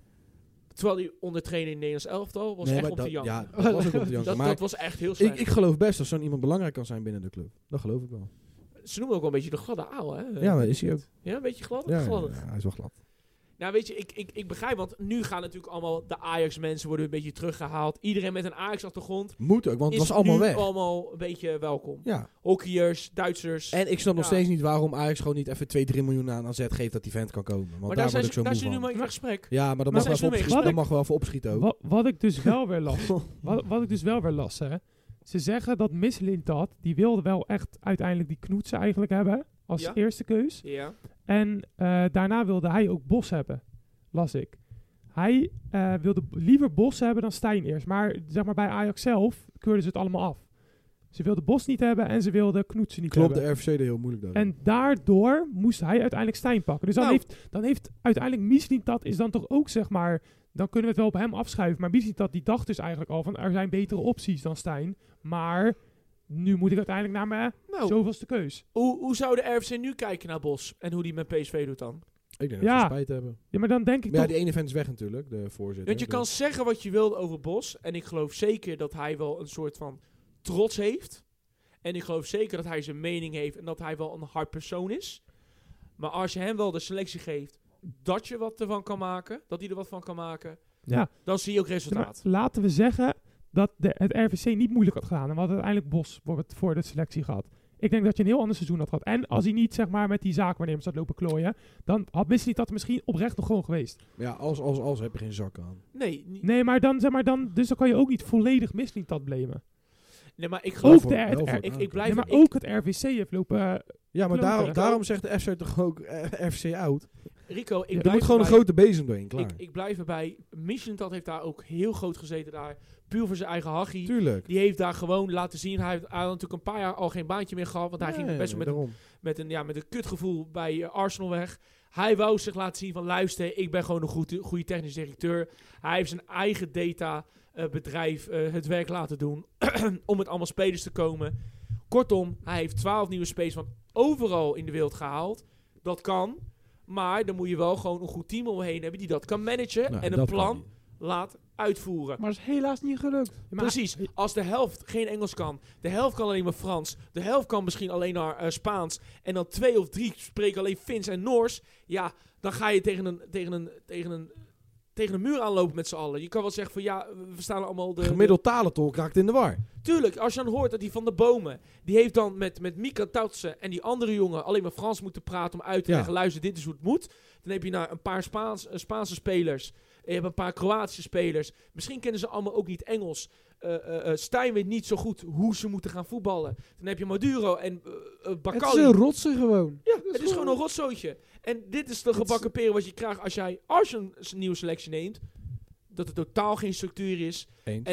Terwijl hij onder trainer in het Nederlands elftal was Nee, echt maar op dat, de janken. ja, dat was ook op de janken. dat, Maar dat was echt heel ik, slecht. ik geloof best dat zo'n iemand belangrijk kan zijn binnen de club. Dat geloof ik wel. Ze noemen ook wel een beetje de gladde aal, hè? Ja, maar is hij ook. Ja, een beetje glad? Ja, ja, gladde. ja, hij is wel glad. Nou, weet je, ik, ik, ik begrijp, want nu gaan natuurlijk allemaal de Ajax-mensen worden een beetje teruggehaald. Iedereen met een Ajax-achtergrond Moet ook, want het is was allemaal nu weg. allemaal een beetje welkom. Ja. Hockeyers, Duitsers. En ik snap nog Ja. steeds niet waarom Ajax gewoon niet even twee, drie miljoen aan A Z geeft dat die vent kan komen. Want maar daar daar word zijn ik ze, zo daar moe zijn nu van. maar in gesprek. Ja, maar dat Maar mag, wel zijn even ze opschieten, mee dat mag wel even opschieten ook. Wat, wat ik dus wel weer las, wat, wat ik dus wel weer las, hè. Ze zeggen dat Mislintat, die wilde wel echt uiteindelijk die Knoetsen eigenlijk hebben, als Ja. eerste keus. Ja. En eh, daarna wilde hij ook Bos hebben, las ik. Hij eh, wilde b- liever Bos hebben dan Stijn eerst. Maar zeg maar bij Ajax zelf keurden ze het allemaal af. Ze wilden Bos niet hebben en ze wilden Knoetsen niet Klopt, de hebben. R F C deed heel moeilijk daar. En daardoor moest hij uiteindelijk Stijn pakken. Dus dan, Nou. heeft, dan heeft uiteindelijk Mislintat is dan toch ook zeg maar... Dan kunnen we het wel op hem afschuiven. Maar Mislintat die dacht dus eigenlijk al van er zijn betere opties dan Stijn. Maar nu moet ik uiteindelijk naar mijn Nou, zoveelste keus. hoe, hoe zou de R F C nu kijken naar Bos? En hoe die met P S V doet dan? Ik denk dat Ja. ze spijt hebben. Ja, maar dan denk ik Maar ja, toch... die ene vent is weg natuurlijk, de voorzitter. Want je kan Dus- zeggen wat je wilt over Bos. En ik geloof zeker dat hij wel een soort van trots heeft. En ik geloof zeker dat hij zijn mening heeft. En dat hij wel een hard persoon is. Maar als je hem wel de selectie geeft dat je wat ervan kan maken. Dat hij er wat van kan maken. Ja, Dan zie je ook maar resultaat. laten we zeggen dat de, het R V C niet moeilijk had gedaan. En we hadden uiteindelijk Bos voor, het, voor de selectie gehad. Ik denk dat je een heel ander seizoen had gehad. En als hij niet zeg maar met die zaakwaarnemers had lopen klooien, dan had Mislintat er misschien oprecht nog gewoon geweest. Maar ja, als, als, als heb je geen zak aan. Nee, niet- Nee, maar dan, zeg maar dan, dus dan kan je ook niet volledig Mislintat blamen. nee, maar ik Ook geloof... de, voor- het, wel voor R- Ik, aan. ik blijf... nee, maar ik- ook het R V C heeft lopen... eh, Ja, maar Klopt, daarom, hè? daarom zegt de F C toch ook eh, R F C oud. Rico, ik Ja, Er blijf moet gewoon een erbij. grote bezem doorheen, klaar. Ik, ik blijf erbij. Michelintat heeft daar ook heel groot gezeten daar. Puur voor zijn eigen hachie. Tuurlijk. Die heeft daar gewoon laten zien. Hij heeft, hij had natuurlijk een paar jaar al geen baantje meer gehad. Want hij Nee, ging best wel met, een, daarom. met, een, ja, met een kutgevoel bij eh, Arsenal weg. Hij wou zich laten zien van luister, ik ben gewoon een goede, goede technisch directeur. Hij heeft zijn eigen data eh, bedrijf eh, het werk laten doen. Om met allemaal spelers te komen. Kortom, hij heeft twaalf nieuwe spelers van overal in de wereld gehaald. Dat kan. Maar dan moet je wel gewoon een goed team omheen hebben die dat kan managen. Nou, en een dat kan plan niet. laat uitvoeren. Maar dat is helaas niet gelukt. maar- Precies. Als de helft geen Engels kan, de helft kan alleen maar Frans, de helft kan misschien alleen maar eh, Spaans en dan twee of drie spreken alleen Fins en Noors, ja, dan ga je tegen een, tegen een, tegen een, tegen een muur aanlopen met z'n allen. Je kan wel zeggen van ja, we staan allemaal de... Gemiddeld talentolk raakt in de war. Tuurlijk, als je dan hoort dat die Van de Bomen, die heeft dan met, met Mika Tautsen en die andere jongen alleen maar Frans moeten praten om uit te Ja. leggen, luister, dit is hoe het moet. Dan heb je nou een paar Spaans, uh, Spaanse spelers, je hebt een paar Kroatische spelers. Misschien kennen ze allemaal ook niet Engels. Uh, uh, uh, Stijn weet niet zo goed hoe ze moeten gaan voetballen. Dan heb je Maduro en uh, uh, Het is Bakali. een rotsen gewoon. Ja, is het is gewoon gewoon- een rotzootje. En dit is de Het is- gebakken peren wat je krijgt als jij als je een s- nieuwe selectie neemt. Dat er totaal geen structuur is. Eens. En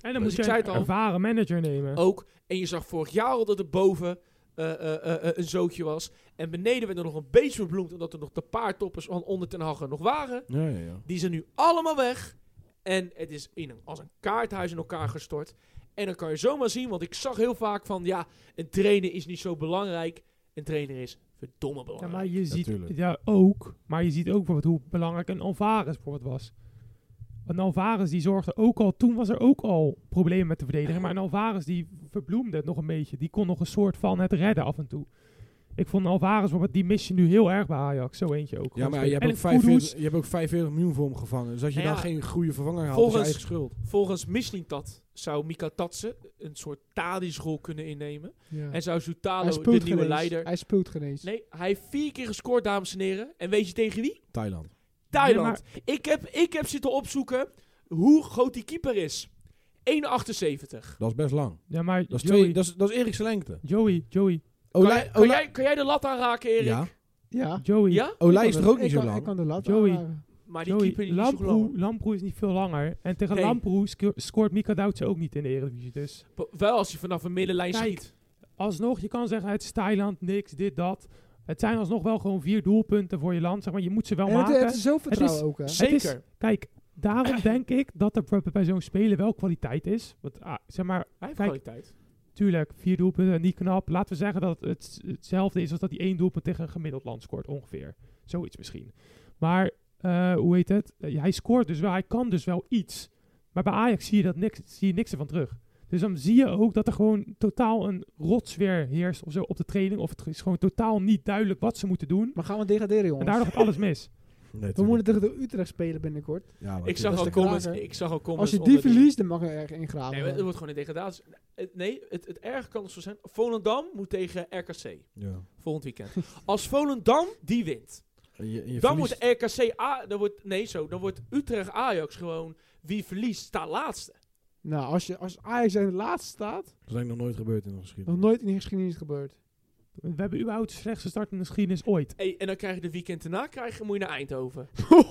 En dan Dus moet ik je zei een het al. ervaren manager nemen. Ook. En je zag vorig jaar al dat er boven uh, uh, uh, uh, een zootje was. En beneden werd er nog een beetje verbloemd. Omdat er nog de paar toppers van onder Ten Hag er nog waren. Ja, ja, ja. Die zijn nu allemaal weg. En het is in een, als een kaarthuis in elkaar gestort. En dan kan je zomaar zien. Want ik zag heel vaak van... Ja, een trainer is niet zo belangrijk. Een trainer is verdomme Ja, belangrijk. maar je ziet Natuurlijk. ja, ook. Maar je ziet ook bijvoorbeeld hoe belangrijk een Alvarez bijvoorbeeld was. Een Alvarez die zorgde ook al... Toen was er ook al problemen met de verdediging. Maar een Alvarez die verbloemde het nog een beetje. Die kon nog een soort van het redden af en toe. Ik vond Alvarez bijvoorbeeld... Die mis je nu heel erg bij Ajax. Zo eentje ook. Ja, maar je hebt, En ook Kudus- vijfenveertig, je hebt ook vijfenveertig miljoen voor hem gevangen. Dus als je Ja, dan ja. geen goede vervanger haalt, Volgens- is je eigen schuld. Volgens Mislintat zou Mika Tatsen een soort Tadic-rol kunnen innemen. Ja. En zou Hij Zoutalo de speelt nieuwe geen leider... eens. Hij speelt geen eens. Nee, hij heeft vier keer gescoord, dames en heren. En weet je tegen wie? Thailand. Thailand. ik, heb, ik heb zitten opzoeken hoe groot die keeper is. één komma achtenzeventig. Dat is best lang. Ja, maar Dat is, Joey, twee, dat is, dat is Erik's lengte. Joey, Joey, Kan, Olij, jij- kan, Olij, jij, kan jij de lat aanraken, Erik? ja. Ja. Joey. Ja? Olij Ik is kan er ook de- niet ik zo kan- lang. Ik kan de lat Joey. aanraken. Maar die Joey, keeper is niet zo Lamproe, lang. Lamproe is niet veel langer. En tegen Nee. Lamproe sco- scoort Mika Doutse ook niet in de Eredivisie. Dus P- Wel als hij vanaf een middenlijn Kijk, schiet. alsnog, je kan zeggen, het is Thailand, niks, dit, dat. Het zijn alsnog wel gewoon vier doelpunten voor je land. Zeg maar, je moet ze wel En het, maken. het is zelfvertrouwen Het ook, hè. Zeker. Kijk, daarom denk ik dat er bijvoorbeeld bij zo'n speler wel kwaliteit is. Want, ah, zeg maar, Hij heeft Kijk, kwaliteit. tuurlijk, vier doelpunten, niet knap. Laten we zeggen dat het hetzelfde is als dat hij één doelpunt tegen een gemiddeld land scoort, ongeveer. Zoiets misschien. Maar, eh, hoe heet het? Eh, hij scoort dus wel, hij kan dus wel iets. Maar bij Ajax zie je, dat niks, zie je niks ervan terug. Dus dan zie je ook dat er gewoon totaal een rotsfeer heerst of zo op de training. Of het is gewoon totaal niet duidelijk wat ze moeten doen. Maar gaan we degraderen, En jongens? daardoor gaat alles mis. Nee, We moeten tegen de Utrecht spelen binnenkort. Ja, maar Ik zag, dat al is de comments, kraker. ik zag al comments Als je onder die verliest, dan mag je erg ingraven. Nee, het wordt gewoon een degradatie. Het- Nee, het, het erg kan zo zijn. Volendam moet tegen R K C. Ja. Volgend weekend. Als Volendam die wint. En je, en je Dan verliest- wordt R K C... A, dan wordt, nee, zo. Dan wordt Utrecht-Ajax gewoon... Wie verliest, staat laatste. Nou, als, je, als Ajax in de laatste staat, Dat is eigenlijk nog nooit gebeurd in de nog geschiedenis. nooit in de geschiedenis gebeurd. We hebben überhaupt de slechtste start in de geschiedenis ooit. Hey, en dan krijg je de weekend erna, krijg je, moet je naar Eindhoven.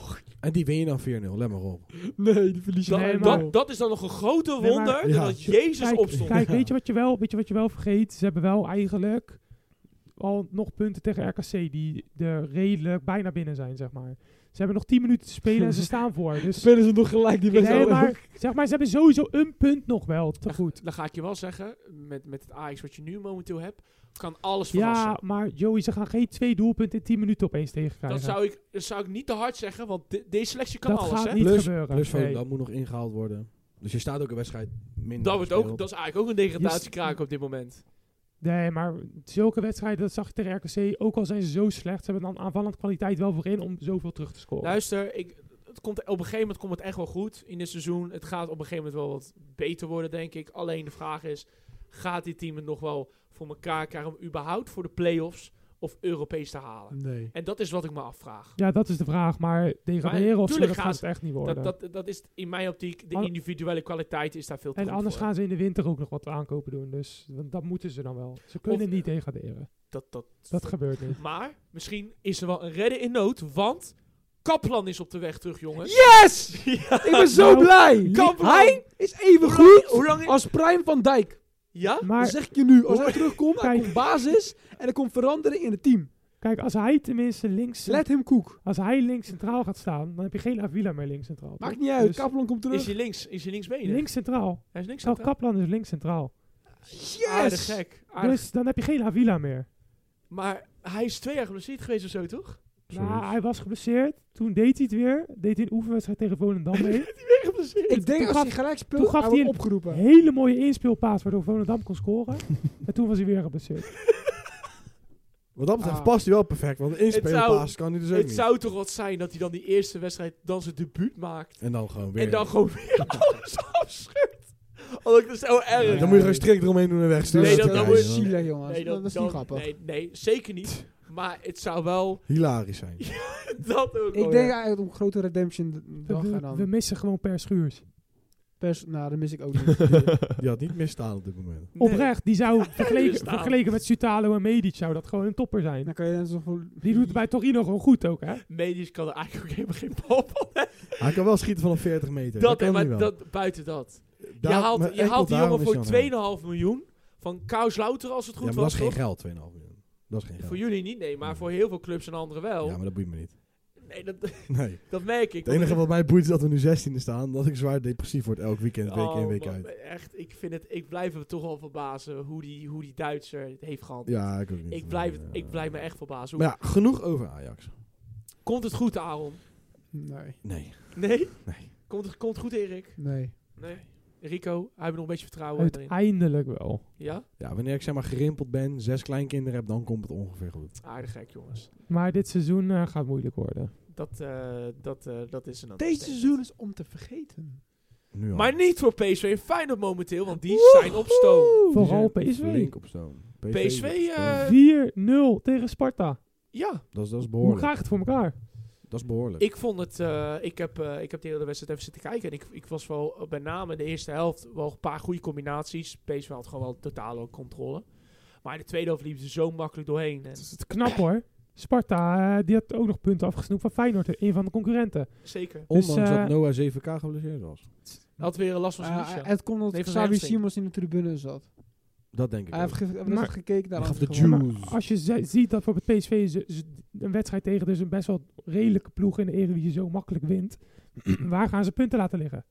En die win je dan vier nul, let maar op. Nee, die verlies je Dat, Nee, allemaal. maar- dat, dat is dan nog een groter Nee, wonder maar- dan Ja. dat Jezus Kijk, opstond. kijk Ja. weet, je wat je wel, weet je wat je wel vergeet? Ze hebben wel eigenlijk al nog punten tegen R K C die er redelijk bijna binnen zijn, zeg maar. Ze hebben nog tien minuten te spelen en ze staan voor. Dus Spelen ze nog gelijk die nee, wedstrijd? maar, zeg maar, ze hebben sowieso een punt nog wel te goed. Dan ga ik je wel zeggen, met, met het Ajax wat je nu momenteel hebt, kan alles verrassen. Ja, maar Joey, ze gaan geen twee doelpunten in tien minuten opeens tegenkrijgen. dat, zou ik, dat zou ik niet te hard zeggen, want de- deze selectie kan Dat alles. gaat Hè? niet Plus, gebeuren. plus Nee. dat moet nog ingehaald worden. Dus je staat ook een wedstrijd minder. Dat, wordt ook, gespeeld. dat is eigenlijk ook een degradatiekraak op dit moment. Nee, maar zulke wedstrijden, dat zag je tegen R K C, ook al zijn ze zo slecht, ze hebben dan aanvallend kwaliteit wel voorin om zoveel terug te scoren. Luister, ik, het komt, op een gegeven moment komt het echt wel goed in dit seizoen. Het gaat op een gegeven moment wel wat beter worden, denk ik. Alleen de vraag is, gaat dit team het nog wel voor elkaar krijgen om überhaupt voor de play-offs of Europees te halen? Nee. En dat is wat ik me afvraag. Ja, dat is de vraag, maar degraderen of zo, tuurlijk dat gaan gaat ze- het echt niet worden. Dat, dat, dat is in mijn optiek, de Al- individuele kwaliteit is daar veel te En goed anders voor. gaan ze in de winter ook nog wat aankopen doen. Dus want dat moeten ze dan wel. Ze kunnen Of- niet degraderen. Dat, dat, Dat gebeurt niet. Maar misschien is er wel een redder in nood, want Kaplan is op de weg terug, jongens. Yes! Ja. Ik ben zo Nou, blij! Kaplan. Hij is even Hoe lang- goed Hoe lang? als Prime van Dijk. Ja? Dat Maar zeg ik je nu. Als Hoe- hij terugkomt, hij Kijk. komt basis en er komt veranderen in het team. kijk, als hij tenminste links, Let hem koek. als hij links centraal gaat staan, dan heb je geen Avila meer links centraal. Maakt toch? niet uit. Dus Kaplan komt terug. Is hij links? Is hij linksbenen? links centraal. Hij is links. Zelf Kaplan is links centraal. Aardig Yes! gek. Aardig. Dus dan heb je geen Avila meer. Maar hij is twee jaar geblesseerd geweest of zo, toch? Nou, hij was geblesseerd. Toen deed hij het weer. Deed hij een oefenwedstrijd tegen Volendam mee. Weer geblesseerd. Ik denk Toen als gaf- hij gelijk toen speelt, gaf hij hij wordt een opgeroepen. Hele mooie inspeelpaas waardoor Volendam kon scoren. En toen was hij weer geblesseerd. Wat dat betreft Ah. past hij wel perfect, want de Het zou- inspeelpaas kan hij dus ook Het niet. zou toch wat zijn dat hij dan die eerste wedstrijd dan zijn debuut maakt. En dan gewoon weer. En dan gewoon weer alles afscheurt. Oh, dat is zo erg. Dan moet je gewoon strikt eromheen doen en wegsturen. Nee, dat, dat- dat dat is moet- zielig, jongens. Nee, dat, is niet grappig. Nee, nee, zeker niet. Maar het zou wel Hilarisch zijn. dat ook Ik wel, denk ja. eigenlijk om een grote redemption d- We, dag en we, dan. we missen gewoon Per Schuurs. Pers, nou, dat mis ik ook niet. Die had niet misstaan op dit moment. Nee. Oprecht, die zou vergeleken, staan. vergeleken met Sutalo en Medic zou dat gewoon een topper zijn. Dan kan je dan zo voor... Die doet het bij Torino gewoon goed ook, hè? Medisch kan er eigenlijk ook helemaal geen bal van hebben. Hij kan wel schieten van een veertig meter. Dat, kan maar hij wel. dat, buiten dat. Daar- je haalt, maar je enkel haalt die daarom jongen is voor hij aan de twee komma vijf miljoen van Kaiserslautern als het Ja, goed maar dat was, is geen toch? geld, twee komma vijf miljoen. Dat is geen geld. Voor jullie niet, nee, maar Nee. voor heel veel clubs en anderen wel. Ja, maar dat boeit me niet. Nee, dat, Nee. dat merk ik. Het enige wat mij boeit is dat we nu zestiende staan. Dat ik zwaar depressief word elk weekend, week Oh, in, week man, uit. Echt, ik, vind het, ik blijf me toch wel verbazen hoe die, hoe die Duitser het heeft gehad. Ja, ik ook niet. Ik blijf, het, Ja. ik blijf me echt verbazen. Hoe, Maar ja, genoeg over Ajax. Komt het goed, Aaron? Nee. Nee. Nee? Nee. Komt het, komt het goed, Erik? Nee. Nee. Rico, hij heeft nog een beetje vertrouwen erin. Uiteindelijk wel. Ja? Ja, wanneer ik zeg maar gerimpeld ben, zes kleinkinderen heb, dan komt het ongeveer goed. Aardig gek, jongens. Maar dit seizoen eh, gaat moeilijk worden. Dat, eh, dat, eh, dat is een Deze understatement. seizoen is om te vergeten. Nu al. Maar niet voor P S V en Feyenoord momenteel, want die zijn op stoom. Die Vooral zijn P S V. Flink op stoom. P S V, is op stoom. eh, vier nul tegen Sparta. Ja, dat, is, dat is Hoe behoorlijk. krijg je het voor elkaar? Dat is behoorlijk. ik vond het... eh, ik, heb, eh, ik heb de hele wedstrijd even zitten kijken. En ik, ik was wel, eh, met name in de eerste helft, wel een paar goede combinaties. P S V had gewoon wel totale controle. Maar in de tweede helft liepen ze zo makkelijk doorheen. En Het is knap hoor. Sparta, eh, die had ook nog punten afgesnoept van Feyenoord, een van de concurrenten. zeker. Ondanks dus, eh, dat Noah zeven k geblesseerd was. Hij had weer last van zijn Uh, liesje. het komt Nee, omdat van zijn Xavi hamstring. Simons in de tribune zat. Dat denk ik Hij ook. heeft, ge- hij Maar- heeft gekeken naar Die gaf andere de gewonnen. juice. Maar als je ze- ziet dat bijvoorbeeld P S V ze- ze een wedstrijd tegen dus een best wel redelijke ploeg in de Eredivisie zo makkelijk wint, waar gaan ze punten laten liggen?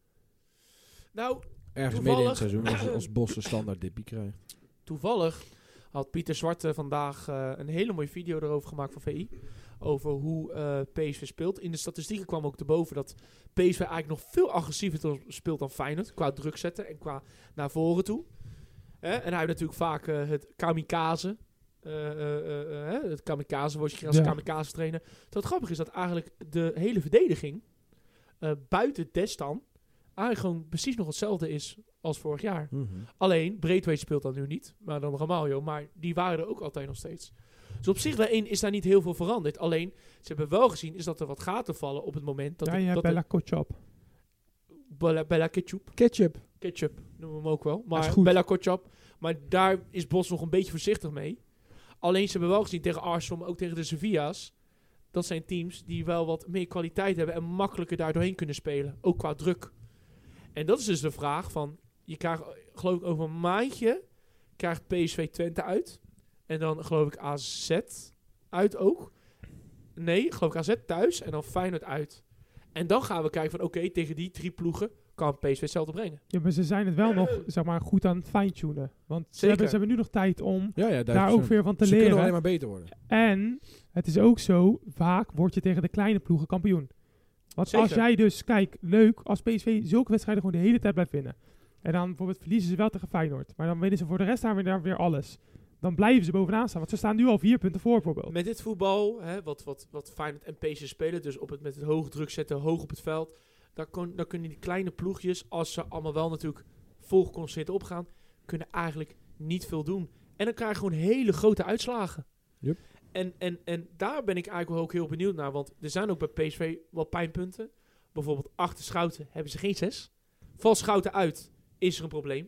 Nou, Ergens toevallig- midden in het seizoen, als, als Bos een standaard dippie krijgt. toevallig had Pieter Zwarte vandaag eh, een hele mooie video erover gemaakt van V I. Over hoe eh, P S V speelt. In de statistieken kwam ook te boven dat P S V eigenlijk nog veel agressiever to- speelt dan Feyenoord. Qua druk zetten en qua naar voren toe. Hè? En hij heeft natuurlijk vaak eh, het kamikaze. eh, eh, eh, eh, hè? Het kamikaze wordt je als Ja. kamikaze trainer. Wat grappig is dat eigenlijk de hele verdediging eh, buiten Destan eigenlijk gewoon precies nog hetzelfde is als vorig jaar. Mhm. Alleen, Braithwaite speelt dan nu niet, maar dan Ramaljo. Maar die waren er ook altijd nog steeds. Dus op zich daarin is daar niet heel veel veranderd. Alleen, ze hebben wel gezien is dat er wat gaten vallen op het moment dat ja, er- je hebt dat er- Bella Kotschap. Bella, Bella Ketchup. Ketchup. Ketchup noemen we hem ook wel. is Maar goed. Bella Kotschap. Maar daar is Bos nog een beetje voorzichtig mee. Alleen, ze hebben wel gezien tegen Arsenal, maar ook tegen de Sevilla's. Dat zijn teams die wel wat meer kwaliteit hebben en makkelijker daar doorheen kunnen spelen. Ook qua druk. En dat is dus de vraag van... Je krijgt, geloof ik, over een maandje... krijgt P S V Twente uit. En dan, geloof ik, A Z uit ook. Nee, geloof ik A Z thuis en dan Feyenoord uit. En dan gaan we kijken van... Oké, tegen die drie ploegen kan P S V hetzelfde brengen. Ja, maar ze zijn het wel nog zeg maar, goed aan het fine-tunen. Want ze Zeker. hebben, ze hebben nu nog tijd om Ja, ja, daar duizend ook procent. weer van te Ze kunnen alleen leren. maar beter worden. En het is ook zo, vaak word je tegen de kleine ploegen kampioen. Want Zeker. als jij dus, kijk, leuk, als P S V zulke wedstrijden gewoon de hele tijd blijft winnen. En dan bijvoorbeeld verliezen ze wel tegen Feyenoord. Maar dan winnen ze voor de rest daar weer, daar weer alles. Dan blijven ze bovenaan staan. Want ze staan nu al vier punten voor bijvoorbeeld. Met dit voetbal, hè, wat, wat, wat Feyenoord en P S V spelen... dus op het, met het hoge druk zetten, hoog op het veld... Dan, kon, dan kunnen die kleine ploegjes, als ze allemaal wel natuurlijk vol geconcentreerd opgaan... kunnen eigenlijk niet veel doen. En dan krijg je gewoon hele grote uitslagen. Yep. En, en, en daar ben ik eigenlijk wel ook heel benieuwd naar. Want er zijn ook bij P S V wel pijnpunten. Bijvoorbeeld achter Schouten hebben ze geen zes. Valt Schouten uit, is er een probleem.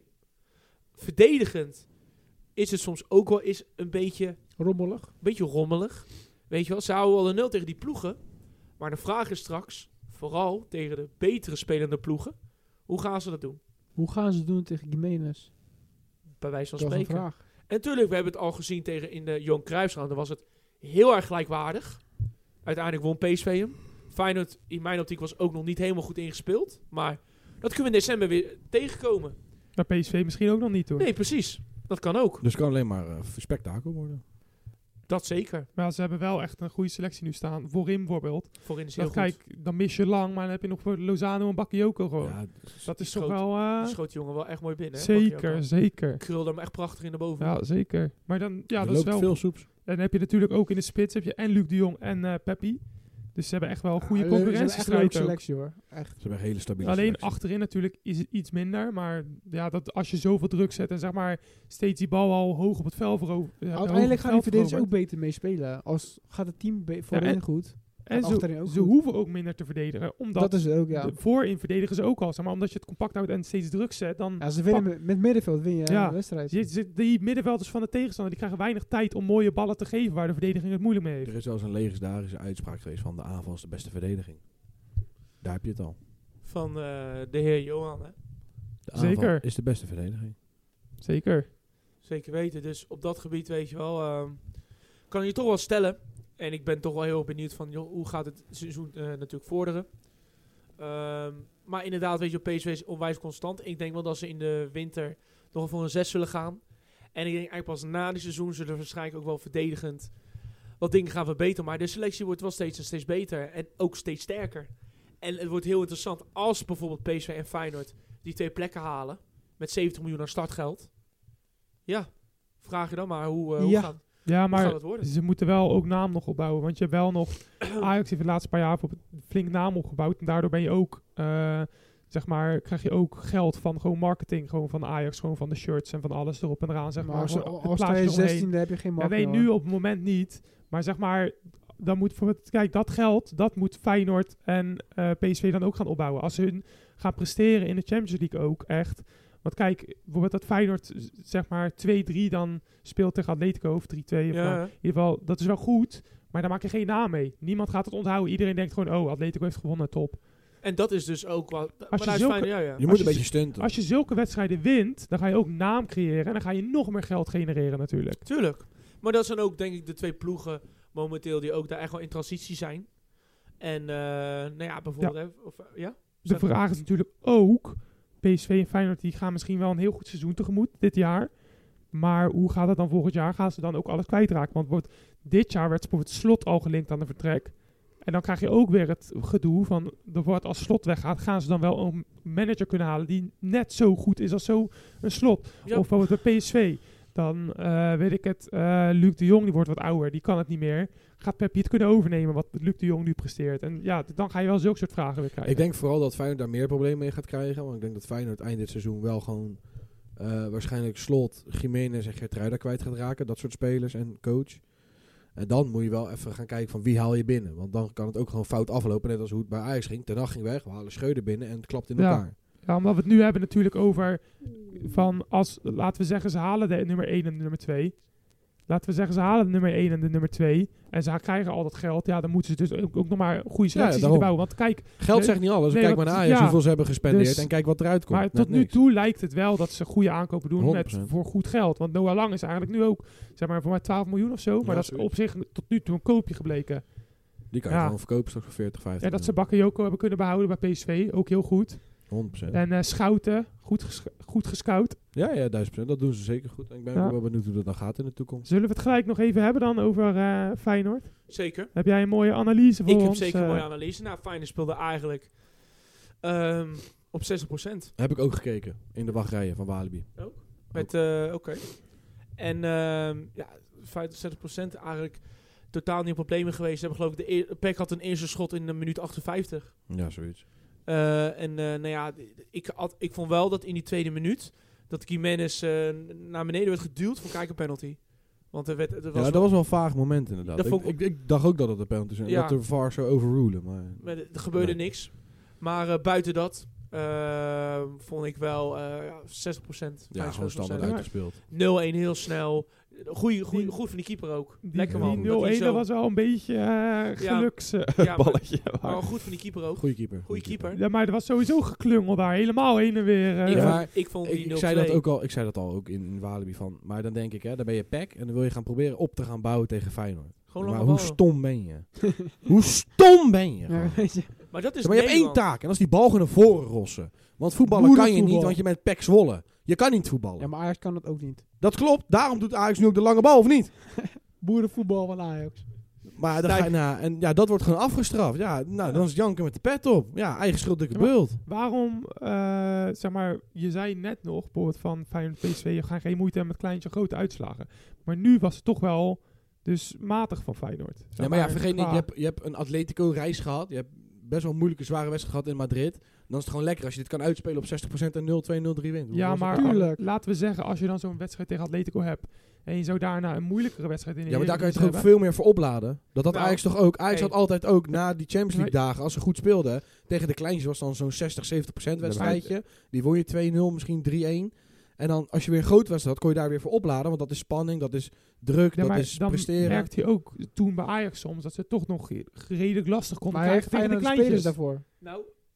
Verdedigend is het soms ook wel eens een beetje, Rommelig. beetje rommelig. Weet je wel, ze houden wel een nul tegen die ploegen. Maar de vraag is straks, vooral tegen de betere spelende ploegen, hoe gaan ze dat doen? Hoe gaan ze het doen tegen Gimenez? Bij wijze van Dat is een spreken. vraag. En natuurlijk, we hebben het al gezien tegen in de Johan Cruijffschaal. Dan was het heel erg gelijkwaardig. Uiteindelijk won P S V hem. Feyenoord, in mijn optiek, was ook nog niet helemaal goed ingespeeld. Maar dat kunnen we in december weer tegenkomen. Maar P S V misschien ook nog niet toen. Nee, precies. Dat kan ook. Dus het kan alleen maar uh, spektakel worden. Dat zeker. Maar ze hebben wel echt een goede selectie nu staan. Voorin bijvoorbeeld. Voorin is heel Dat, goed. kijk, dan mis je lang. Maar dan heb je nog voor Lozano en Bakayoko gewoon. Ja, dat is die toch schoot- wel... eh, Die schoot die jongen wel echt mooi binnen. hè, zeker, Bakayoko. zeker. Krulde hem echt prachtig in de boven. Ja, zeker. Maar dan, ja, er dat is loopt wel... veel soeps. En dan heb je natuurlijk ook in de spits heb je en Luc de Jong en eh Peppi. Dus ze hebben echt wel een goede Ja, ze hebben echt een concurrentiestrijd leuke ook. selectie hoor. Echt. Ze hebben een hele stabiele Alleen selectie. achterin natuurlijk is het iets minder. Maar ja, dat als je zoveel druk zet en zeg maar steeds die bal al hoog op het veld verovert. ja, hoog op Uiteindelijk het gaan die veld verdedigers ook verovert. beter mee spelen. Als gaat het team be- voorin en- goed. En achterin ze, ook ze goed. hoeven ook minder te verdedigen. Omdat Dat is het ook, ja. de voorin verdedigen ze ook al. Zeg maar, omdat je het compact houdt en steeds druk zet. Dan Ja, ze winnen pak- met, met middenveld win je Ja. een wedstrijd. je, ze- die middenvelders van de tegenstander die krijgen weinig tijd om mooie ballen te geven waar de verdediging het moeilijk mee heeft. Er is zelfs een legendarische uitspraak geweest van de aanval is de beste verdediging. Daar heb je het al. Van eh, de heer Johan. Hè? De aanval Zeker. is de beste verdediging. Zeker. Zeker weten. Dus op dat gebied, weet je wel, ehm, kan je toch wel stellen. En ik ben toch wel heel erg benieuwd van, joh, hoe gaat het seizoen uh, natuurlijk vorderen. Ehm, maar inderdaad, weet je, P S V is onwijs constant. Ik denk wel dat ze in de winter nog wel voor een zes zullen gaan. En ik denk eigenlijk pas na die seizoen zullen we waarschijnlijk ook wel verdedigend wat dingen gaan verbeteren. Maar de selectie wordt wel steeds en steeds beter. En ook steeds sterker. En het wordt heel interessant als bijvoorbeeld P S V en Feyenoord die twee plekken halen. Met zeventig miljoen aan startgeld. Ja, vraag je dan maar hoe, uh, hoe, Ja. gaat, Ja, hoe maar gaat het worden? ze moeten wel ook naam nog opbouwen. Want je hebt wel nog... Ajax heeft de laatste paar jaar bijvoorbeeld flink naam opgebouwd. En daardoor ben je ook... Uh, zeg maar, krijg je ook geld van gewoon marketing. Gewoon van Ajax, gewoon van de shirts en van alles erop en eraan. Zeg maar, Maar als, gewoon het als plaatje je eromheen. zestiende heb je geen Ja, macht nee, meer, nu hoor. op het moment niet. Maar zeg maar, dan moet voor het, kijk, dat geld, dat moet Feyenoord en uh, P S V dan ook gaan opbouwen. Als ze hun gaan presteren in de Champions League ook, echt. Want kijk, bijvoorbeeld dat Feyenoord, z- zeg maar, twee drie dan speelt tegen Atletico, of drie twee. Of nou, Ja, in ieder geval, dat is wel goed, maar daar maak je geen naam mee. Niemand gaat het onthouden. Iedereen denkt gewoon, oh, Atletico heeft gewonnen, top. en dat is dus ook wat... maar je dat is zulke- fijn, ja, ja. Je Als moet je een beetje stunten. Als je zulke wedstrijden wint, dan ga je ook naam creëren en dan ga je nog meer geld genereren natuurlijk. Tuurlijk. Maar dat zijn ook, denk ik, de twee ploegen momenteel die ook daar echt wel in transitie zijn. En, uh, nou ja, bijvoorbeeld... Hè, of, uh, ja? De vraag is natuurlijk ook, P S V en Feyenoord die gaan misschien wel een heel goed seizoen tegemoet dit jaar. Maar hoe gaat het dan volgend jaar? Gaan ze dan ook alles kwijtraken? Want wordt, dit jaar werd bijvoorbeeld Slot al gelinkt aan de vertrek. En dan krijg je ook weer het gedoe van, er wordt als Slot weggaat, gaan ze dan wel een manager kunnen halen die net zo goed is als zo een Slot. Ja. Of bijvoorbeeld bij P S V. Dan uh, weet ik het, uh, Luc de Jong die wordt wat ouder, die kan het niet meer. Gaat Peppi het kunnen overnemen wat Luc de Jong nu presteert? En ja, dan ga je wel zulke soort vragen weer krijgen. Ik denk vooral dat Feyenoord daar meer problemen mee gaat krijgen. Want ik denk dat Feyenoord eind dit seizoen wel gewoon uh, waarschijnlijk Slot, Jiménez en Geertruida kwijt gaat raken. Dat soort spelers en coach. En dan moet je wel even gaan kijken van wie haal je binnen. Want dan kan het ook gewoon fout aflopen. Net als hoe het bij Ajax ging. Ten Hag ging weg, we halen Schreuder binnen en het klapt in Ja. elkaar. Ja, omdat we het nu hebben natuurlijk over van als, laten we zeggen, ze halen de nummer één en de nummer twee. Laten we zeggen, ze halen de nummer één en de nummer twee. En ze krijgen al dat geld. Ja, dan moeten ze dus ook, ook nog maar goede selecties daarom. bouwen. Want kijk, Geld Nee, zegt niet alles. nee, Kijk want- maar naar Ajax ja, hoeveel ze hebben gespendeerd. dus- en kijk wat eruit komt. maar Net tot nu niks. toe lijkt het wel dat ze goede aankopen doen honderd met, procent. voor goed geld. Want Noah Lang is eigenlijk nu ook, zeg maar, voor mij twaalf miljoen of zo. Maar Ja, dat is zoiets. op zich tot nu toe een koopje gebleken. Die kan je Ja. gewoon verkopen straks voor veertig, vijftig. En dat ze Bakayoko hebben kunnen behouden bij P S V. Ook heel goed. honderd procent. En uh, Schouten, goed, ges- goed gescout. Ja, ja, duizend procent. Dat doen ze zeker goed. En ik ben Ja. ook wel benieuwd hoe dat dan gaat in de toekomst. Zullen we het gelijk nog even hebben dan over uh, Feyenoord? Zeker. Heb jij een mooie analyse voor Ik heb ons? zeker een uh, mooie analyse. Nou, Feyenoord speelde eigenlijk um, op zestig procent. Heb ik ook gekeken in de wachtrijen van Walibi. Met, uh, oké. Okay. En um, ja, vijfenzestig procent eigenlijk totaal niet in problemen geweest. Ze hebben geloof ik, de eer- Peck had een eerste schot in de minuut achtenvijftig. Ja, zoiets. Uh, en uh, nou ja, d- ik, had, ik vond wel dat in die tweede minuut dat Jiménez uh, naar beneden werd geduwd voor kijk een penalty. Want er werd, er was Ja, dat was wel een vaag moment inderdaad. Dat Ik, vond ik- ik, ik dacht ook dat het een penalty is. En Ja. dat de V A R zou overrulen. Maar Maar er gebeurde Nee. niks. Maar uh, buiten dat uh, vond ik wel uh, ja, zestig procent. ja, gewoon standaard Ja. uitgespeeld. nul-een heel snel. Goeie, goeie, Die- goed van die keeper ook. Die, Lekker die man. Dat nul-een hij zo- dat was wel een beetje uh, geluks uh, Ja, maar- balletje. Maar goed van die keeper ook. Goeie keeper. Goeie keeper. Ja, maar er was sowieso geklungel daar. Helemaal heen en weer. uh, Ik, Ja, vond, maar ik vond die Ik, nul ik, zei dat ook al, ik zei dat al ook in, in Walibi van. Maar dan denk ik, hè, dan ben je pack en dan wil je gaan proberen op te gaan bouwen tegen Feyenoord. Gewoon maar lange hoe ballen. stom ben je? hoe stom ben je? Ja, gewoon? weet je. Maar dat is Ja, maar je hebt één Nederland. taak en dat is die bal gewoon naar voren rossen. Want voetballen kan je niet, Boerenvoetbal. want je bent P E C Zwolle. Je kan niet voetballen. Ja, maar Ajax kan dat ook niet. Dat klopt, daarom doet Ajax nu ook de lange bal, of niet? Boerenvoetbal van Ajax. Maar dan ga je, nou, en ja, dat wordt gewoon afgestraft. Ja, nou, dan is janken met de pet op. Ja, eigen schuld, dikke Ja, maar- bult. Waarom, uh, zeg maar, je zei net nog, bijvoorbeeld van Feyenoord P S V, je gaat geen moeite hebben met kleintje grote uitslagen. Maar nu was het toch wel dus matig van Feyenoord. Zeg Ja, maar ja, vergeet niet, qua- je hebt, je hebt een Atletico-reis gehad. Je hebt best wel een moeilijke, zware wedstrijd gehad in Madrid. Dan is het gewoon lekker als je dit kan uitspelen op zestig procent en nul twee nul drie wint. Hoe Ja, was dat maar dan? Tuurlijk. laten we zeggen, als je dan zo'n wedstrijd tegen Atletico hebt en je zou daarna een moeilijkere wedstrijd in de Ja, maar daar kan je toch Eredivisie ook veel meer voor opladen. Dat had Nou, Ajax toch ook. Ajax hey. had altijd ook na die Champions League Maar- dagen, als ze goed speelden, tegen de kleintjes was dan zo'n zestig, zeventig procent wedstrijdje. Die won je twee nul, misschien drie een. En dan als je weer een groot wedstrijd had, kon je daar weer voor opladen. Want dat is spanning, dat is druk, Ja, dat maar is dan presteren. merkte je ook toen bij Ajax soms dat ze het toch nog redelijk lastig konden Maar hij heeft krijgen tegen de Feyenoord spelers kleintjes. daarvoor. Nou,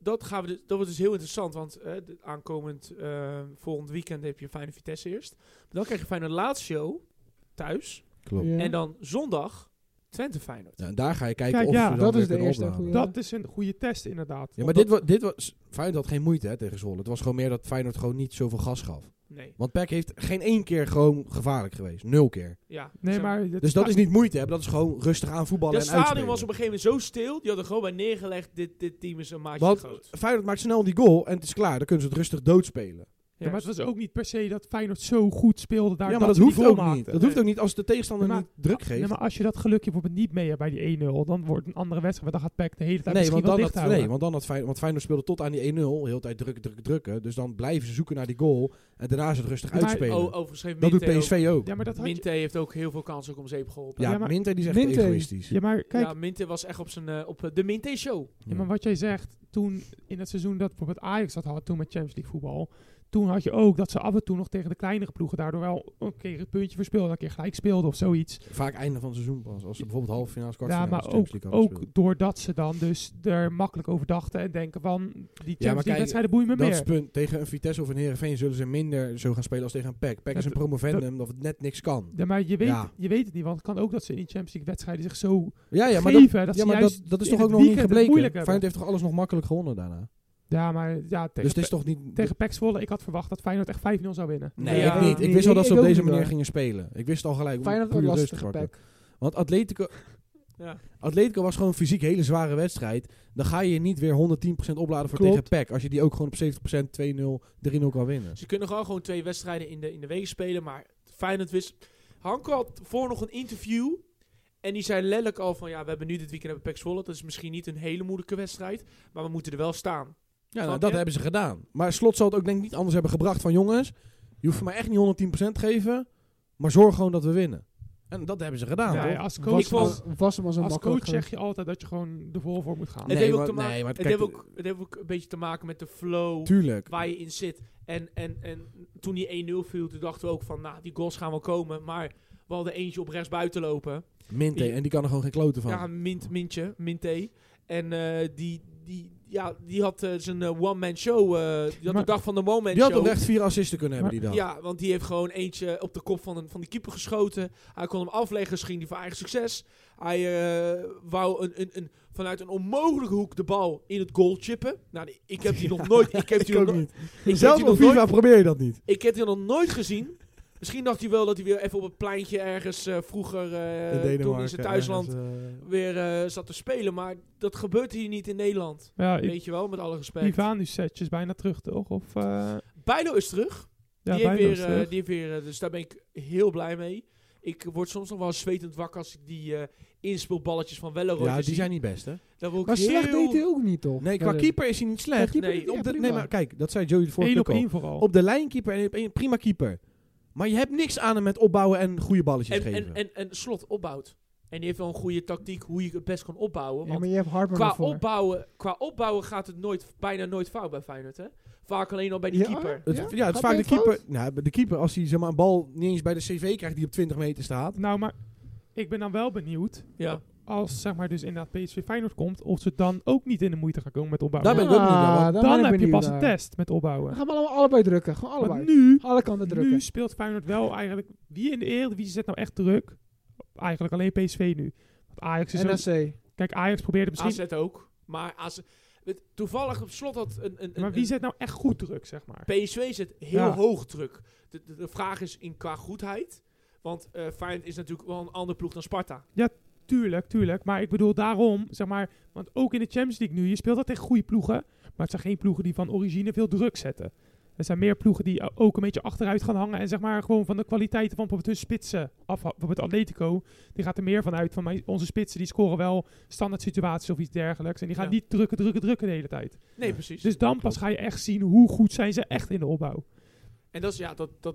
dat, gaan we dus, dat wordt dus heel interessant. Want uh, de, aankomend uh, volgend weekend heb je Feyenoord Vitesse eerst. Maar dan krijg je Feyenoord Lazio thuis. Klopt. Ja. En dan zondag Twente Feyenoord. Ja, en daar ga je kijken Kijk, of ja, ze dan dat weer is de kunnen eerste opladen. goede- Dat is een goede test, inderdaad. Ja, maar dit, wa- dit was... Feyenoord had geen moeite hè, tegen Zwolle. Het was gewoon meer dat Feyenoord gewoon niet zoveel gas gaf. Nee. Want P E C heeft geen één keer gewoon gevaarlijk geweest. Nul keer. Ja, Nee, zo. maar... het Dus dat sta- is niet moeite hebben. Dat is gewoon rustig aan voetballen Dat en stadion uitspelen. was op een gegeven moment zo stil. Die hadden gewoon bij neergelegd. Dit, dit team is een maatje Want groot. Feyenoord maakt snel die goal en het is klaar. Dan kunnen ze het rustig doodspelen. Ja, maar het was ook niet per se dat Feyenoord zo goed speelde daar. ja, maar dat, ze die hoeft goal ook maakten. niet. Dat hoeft ook niet als de tegenstander Nee, maar- niet druk geeft. Nee, maar als je dat gelukje bijvoorbeeld niet mee hebt bij die één nul, dan wordt een andere wedstrijd, want dan gaat P E C de hele tijd Nee, misschien want wel dan, dicht had, houden. nee, want dan had Feyenoord, want Feyenoord speelde tot aan die één nul. Heel de tijd drukken, drukken, drukken. Dus dan blijven ze zoeken naar die goal. En daarna is het rustig Ja, maar- uitspelen. Oh, overigens heeft dat doet Minte P S V ook. Ja, maar dat Ook, had je- Minte heeft ook heel veel kansen ook om zeep geholpen. Ja, Ja, maar- Minte die is echt Minte- egoïstisch. Ja, maar kijk, Ja, Minte was echt op, zijn, eh, op eh, de Minte Show. ja, maar wat jij zegt, toen in het seizoen dat bijvoorbeeld Ajax dat had, toen met Champions League voetbal, toen had je ook dat ze af en toe nog tegen de kleinere ploegen daardoor wel een keer een puntje verspeelden, een keer gelijk speelden of zoiets. Vaak einde van het seizoen pas. Als ze bijvoorbeeld halve finales, Ja, kwartfinales, maar Champions ook, League hadden ook gespeeld. doordat ze dan dus er makkelijk over dachten en denken van, die Champions League kijk, wedstrijden boeien me Dat is meer. het punt. Tegen een Vitesse of een Heerenveen zullen ze minder zo gaan spelen als tegen een P E C. P E C is een Dat- promovendum dat het net niks kan. Ja, maar je weet, Ja. je weet het niet, want het kan ook dat ze in die Champions League wedstrijden zich zo Ja, ja maar, geven. dat, dat ja, ze maar juist dat, dat is in toch ook het nog niet weekend het gebleken. moeilijk Feyenoord hebben. heeft toch alles nog makkelijk gewonnen daarna. Ja, maar ja, tegen, Dus het is Pe- toch niet... tegen P E C Zwolle, ik had verwacht dat Feyenoord echt vijf nul zou winnen. Nee, Ja, ik niet. Ik nee, wist al dat ik ze op ook deze niet, manier hoor. gingen spelen. Ik wist al gelijk. Feyenoord puur was rustig lastig pakken. P E C. Want Atletico, Ja. Atletico was gewoon fysiek een hele zware wedstrijd. Dan ga je niet weer honderdtien procent opladen voor Klopt. tegen P E C. Als je die ook gewoon op zeventig procent twee nul, drie nul kan winnen. Ze kunnen gewoon, gewoon twee wedstrijden in de, in de week spelen. Maar Feyenoord wist... Hanko had voor nog een interview. En die zei letterlijk al van... Ja, we hebben nu dit weekend hebben P E C Zwolle. Dat is misschien niet een hele moeilijke wedstrijd. Maar we moeten er wel staan. Ja, nou, Snap dat je? hebben ze gedaan. Maar Slot zal het ook denk ik niet anders hebben gebracht van jongens. Je hoeft voor mij echt niet honderdtien procent te geven. Maar zorg gewoon dat we winnen. En dat hebben ze gedaan. Ja, toch? ja, als Ik coach, vond- als, was hem al zo als makkelijk coach zeg geweest. je altijd dat je gewoon er vol voor moet gaan. Het Nee, heeft ook, maar- te maken, nee, maar het, kijk, heeft ook, het heeft ook een beetje te maken met de flow Tuurlijk. waar je in zit. En, en, en toen die één nul viel, toen dachten we ook van... Nou, die goals gaan wel komen. Maar we hadden eentje op rechts buiten lopen. Minte. En die kan er gewoon geen kloten van. Ja, mint, Mintje, Minte. En eh, die, die, ja, die had eh, zijn eh, one-man show. eh, die had Maar- de dag van de moment die had show. toch echt vier assisten kunnen hebben die dag. Ja, want die heeft gewoon eentje op de kop van, een, van die keeper geschoten. Hij kon hem afleggen, dus ging die voor eigen succes. Hij eh, wou een, een, een, vanuit een onmogelijke hoek de bal in het goal chippen. Nou, die- ik heb die nog nooit... Ik heb die Ik nog ook no- niet. ik heb Zelfs die op nog nooit- FIFA probeer je dat niet. Ik heb die nog nooit gezien. Misschien dacht hij wel dat hij weer even op het pleintje ergens eh, vroeger, eh, toen in zijn thuisland, ergens, eh, weer eh, zat te spelen. Maar dat gebeurt hier niet in Nederland. Ja, ik, Weet je wel, met alle respect. Ivanovic is bijna terug, toch? Of, eh Bijlo is terug. ja, die, heeft bijna weer, is eh, terug. die heeft weer, eh, dus daar ben ik heel blij mee. Ik word soms nog wel zwetend wakker als ik die eh inspeelballetjes van Welleroy ja, die zie. zijn niet best, hè? Daar word ik Maar slecht heel... deed hij ook niet, toch? Nee, qua Ja, de- keeper is hij niet slecht. Ja, keeper Nee, deed hij Op de, echt nee, prima. maar kijk, dat zei Joey de vorige Eén op keer al. één vooral. Op de lijnkeeper en een prima keeper. Maar je hebt niks aan hem met opbouwen en goede balletjes En, geven. en, en, en Slot opbouwt. En die heeft wel een goede tactiek hoe je het best kan opbouwen. Ja, Want maar je hebt Hartman qua, ervoor. opbouwen, qua opbouwen gaat het nooit, bijna nooit fout bij Feyenoord, hè? Vaak alleen al bij die Ja? keeper. Het, Ja? ja, het is Gaat vaak de hij keeper. fout? Nou, de keeper, als hij zeg maar, een bal niet eens bij de C V krijgt die op twintig meter staat. Nou, maar ik ben dan wel benieuwd, Ja. als zeg maar dus inderdaad P S V Feyenoord komt, of ze dan ook niet in de moeite gaan komen met opbouwen. Daar ben ik ook benieuwd naar, want- daar dan ben ik heb je benieuwd pas een naar. test met opbouwen. Dan gaan we allemaal allebei drukken. Gewoon Want allebei. nu, Alle kanten drukken. nu speelt Feyenoord wel eigenlijk... Wie in de Eredivisie zet nou echt druk? Eigenlijk alleen P S V nu. Want Ajax is ook... N A C. Kijk, Ajax probeerde A misschien... Z ook. Maar A Z, het- toevallig op Slot had een... een, een Maar wie een- zet nou echt goed druk, zeg maar? P S V zet heel Ja. hoog druk. De, de, de vraag is in qua goedheid. Want eh Feyenoord is natuurlijk wel een andere ploeg dan Sparta. Tuurlijk, tuurlijk. Maar ik bedoel daarom, zeg maar... Want ook in de Champions League nu, je speelt dat tegen goede ploegen. Maar het zijn geen ploegen die van origine veel druk zetten. Er zijn meer ploegen die ook een beetje achteruit gaan hangen. En zeg maar gewoon van de kwaliteiten van bijvoorbeeld hun spitsen af. Bijvoorbeeld Atletico, die gaat er meer van uit. Van mijn, onze spitsen die scoren wel standaard situaties of iets dergelijks. En die gaan Ja. niet drukken, drukken, drukken de hele tijd. Nee, Ja. precies. Dus dan pas ga je echt zien hoe goed zijn ze echt in de opbouw. En dat is, ja, dat, dat,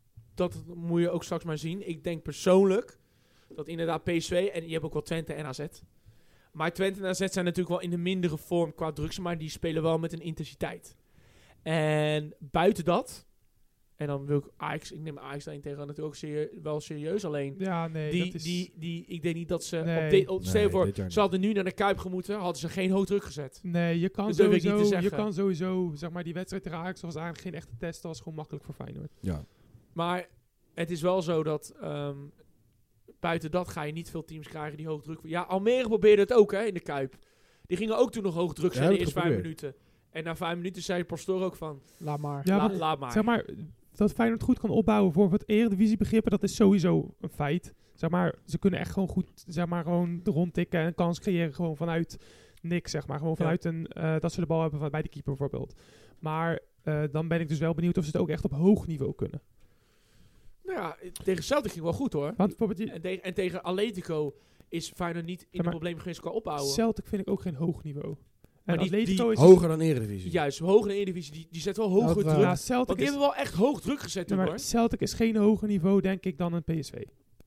dat moet je ook straks maar zien. Ik denk persoonlijk dat inderdaad P S V, en je hebt ook wel Twente en A Z. Maar Twente en A Z zijn natuurlijk wel in de mindere vorm qua drugs, maar die spelen wel met een intensiteit. En buiten dat, En dan wil ik Ajax, ik neem Ajax daarin tegen natuurlijk ook serie, wel serieus. Alleen, Ja, nee, die, dat is... die, die, ik denk niet dat ze... Nee. Op de, op, stel je Nee, voor, dit jaar niet. ze hadden nu naar de Kuip gemoeten, hadden ze geen hoog druk gezet. Nee, je kan, Dat durf ik niet te sowieso, je zeggen. kan sowieso, zeg maar, die wedstrijd tegen Ajax was eigenlijk geen echte test, dat was gewoon makkelijk voor Feyenoord. Ja. Maar het is wel zo dat ehm, buiten dat ga je niet veel teams krijgen die hoog druk... Ja, Almere probeerde het ook hè, in de Kuip. Die gingen ook toen nog hoog druk Ja, zetten, de hebben eerste het vijf minuten. En na vijf minuten zei Pastoor ook van, Laat maar. Ja, la- want- laat maar. Zeg maar, dat Feyenoord goed kan opbouwen voor wat eredivisiebegrippen, dat is sowieso een feit. Zeg maar, ze kunnen echt gewoon goed, zeg maar, gewoon rondtikken en kans creëren gewoon vanuit niks, zeg maar. Gewoon Ja. vanuit een, eh, dat ze de bal hebben van, bij de keeper bijvoorbeeld. Maar eh, dan ben ik dus wel benieuwd of ze het ook echt op hoog niveau kunnen. Nou ja, tegen Celtic ging wel goed hoor. Want bijvoorbeeld, die, En, tegen- en tegen Atletico is Feyenoord niet in maar de probleem geweest qua opbouwen. Celtic vind ik ook geen hoog niveau. Maar En die- Atletico die- is... Hoger dan Eredivisie. Juist, hoger in de Eredivisie, die, die zet wel hoger Dat druk. wel. Ja, Celtic Want die is, hebben wel echt hoog druk gezet ja, toen maar hoor. Celtic is geen hoger niveau, denk ik, dan een P S V.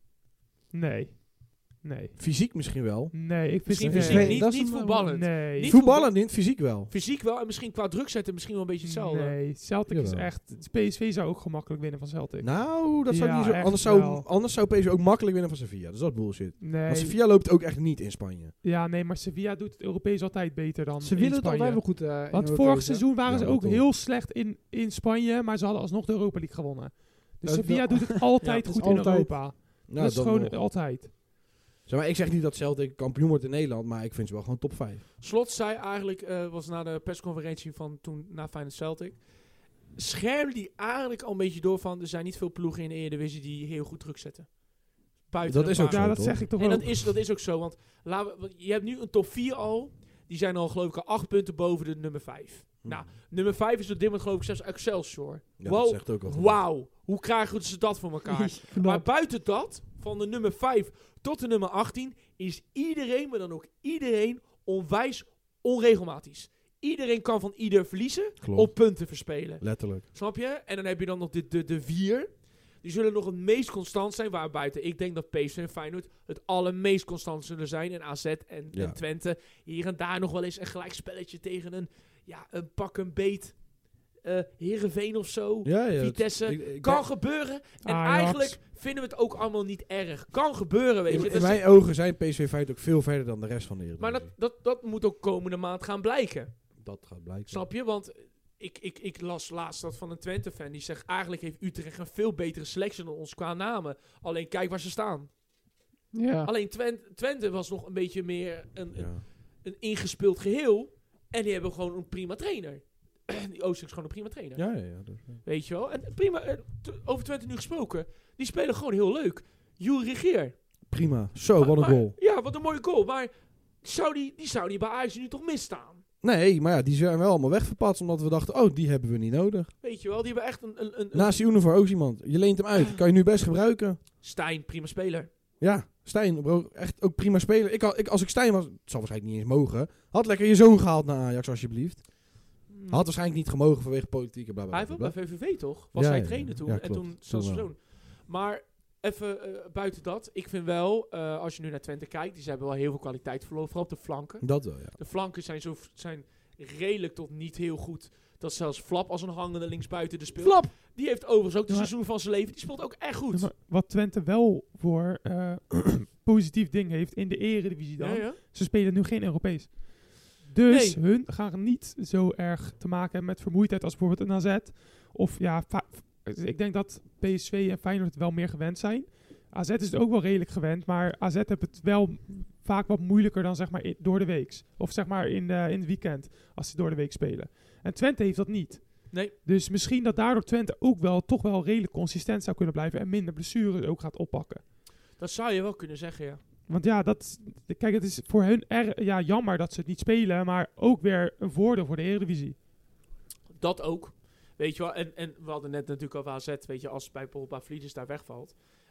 Nee. Nee. Fysiek misschien wel. Nee, ik vind Misschien nee. fysiek, Nee, niet, dat is niet een- voetballend. Nee. Niet Voetballen niet, fysiek wel. Fysiek wel en misschien qua druk zetten misschien wel een beetje hetzelfde. Nee, Celtic is Jawel. echt... P S V zou ook gemakkelijk winnen van Celtic. Nou, dat zou Ja, niet zo. echt Anders zou, wel. anders zou P S V ook makkelijk winnen van Sevilla. Dus dat is bullshit. Nee. Want Sevilla loopt ook echt niet in Spanje. Ja, nee, maar Sevilla doet het Europees altijd beter dan Ze in willen het Spanje. altijd wel goed. eh, in Want Europees, vorig hè? seizoen waren Ja, ze dat ook toch. heel slecht in, in Spanje, maar ze hadden alsnog de Europa League gewonnen. Dus Dat Sevilla wel- doet het altijd Ja, goed dat is in altijd. Europa. Nou, dat is dan gewoon nog. altijd. Zeg maar, ik zeg niet dat Celtic kampioen wordt in Nederland, maar ik vind ze wel gewoon top vijf. Slot zei eigenlijk, eh, was na de persconferentie van toen na Feyenoord Celtic, schermde die eigenlijk al een beetje door van, er zijn niet veel ploegen in de Eredivisie die heel goed druk zetten. Buiten Dat een is paar. ook zo, Ja, dat toch? zeg ik toch En ook. dat is, dat is ook zo, want, laten we, want je hebt nu een top vier al, die zijn al geloof ik al acht punten boven de nummer vijf. Hm. Nou, nummer vijf is op dit moment geloof ik zelfs Excelsior. Ja, wow, dat zegt ook al goed. Wauw, hoe krijgen ze dat voor elkaar? Knap. Maar buiten dat, van de nummer vijf tot de nummer achttien, is iedereen, maar dan ook iedereen, onwijs onregelmatisch. Iedereen kan van ieder verliezen Klopt. of punten verspelen. Letterlijk. Snap je? En dan heb je dan nog de, de, de vier. Die zullen nog het meest constant zijn. Waarbuiten ik denk dat P S V en Feyenoord het allermeest constant zullen zijn. En A Z en, Ja. en Twente hier en daar nog wel eens een gelijkspelletje tegen een, ja, een pak een beet. eh Heerenveen of zo. Ja, ja. Vitesse. Ik- ik- Kan gebeuren. En Ajax. eigenlijk vinden we het ook allemaal niet erg. Kan gebeuren, weet je. In, Dat in is- mijn ogen zijn P S V Feyenoord ook veel verder dan de rest van de Eredivisie. maar dat, dat, dat moet ook komende maand gaan blijken. dat gaat blijken. Snap je? Want ik, ik, ik las laatst dat van een Twente-fan. Die zegt, eigenlijk heeft Utrecht een veel betere selectie dan ons qua namen. Alleen kijk waar ze staan. Ja. Alleen Twente, Twente was nog een beetje meer een, een, Ja. een ingespeeld geheel. En die hebben gewoon een prima trainer. Die Oosterk is gewoon een prima trainer. Ja, ja, ja. Dus, ja. Weet je wel? En prima, eh, t- over Twente nu gesproken. Die spelen gewoon heel leuk. Jules Regeer. Prima. Zo, wat een Maar- goal. Ja, wat een mooie goal. Maar zou die, die zou die bij Ajax nu toch misstaan? Nee, maar ja, die zijn wel allemaal wegverpatst omdat we dachten, oh, die hebben we niet nodig. Weet je wel? Die hebben echt een... een, een, een Naast die Unifor ook iemand. Je leent hem uit. Kan je nu best gebruiken. Stijn, prima speler. Ja, Stijn, bro, echt ook prima speler. Ik, had- ik, als ik Stijn was, het zal waarschijnlijk niet eens mogen. Had lekker je zoon gehaald naar Ajax, alsjeblieft. Hmm. Had waarschijnlijk niet gemogen vanwege politiek en bla bla Hij bla. heeft bla. ook bij V V V toch? Was Ja, hij ja, trainer ja. toen. Ja, en klopt. toen Toen zelfs wel. zoon. Maar even eh, buiten dat. Ik vind wel, eh, als je nu naar Twente kijkt. Die ze hebben wel heel veel kwaliteit verloren. Vooral op de flanken. Dat wel, ja. De flanken zijn, zo, zijn redelijk tot niet heel goed. Dat zelfs Flap als een hangende linksbuiten de speelt. Flap! Die heeft overigens ook de Ja, maar- seizoen van zijn leven. Die speelt ook echt goed. Ja, maar wat Twente wel voor eh, positief ding heeft in de Eredivisie dan. Ja, ja. Ze spelen nu geen Europees. Dus Nee. hun gaan niet zo erg te maken hebben met vermoeidheid als bijvoorbeeld een A Z. Of ja, va- ik denk dat P S V en Feyenoord het wel meer gewend zijn. A Z is het ook wel redelijk gewend, maar A Z heeft het wel vaak wat moeilijker dan zeg maar i- door de week. Of zeg maar in, eh, in het weekend, als ze door de week spelen. En Twente heeft dat niet. Nee. Dus misschien dat daardoor Twente ook wel toch wel redelijk consistent zou kunnen blijven en minder blessures ook gaat oppakken. Dat zou je wel kunnen zeggen, ja. Want ja, dat, kijk, het is voor hun er, ja, jammer dat ze het niet spelen, maar ook weer een voordeel voor de Eredivisie. Dat ook. Weet je wel. En, en we hadden net natuurlijk over A Z. Weet je, als bij bijvoorbeeld Pavlidis daar wegvalt.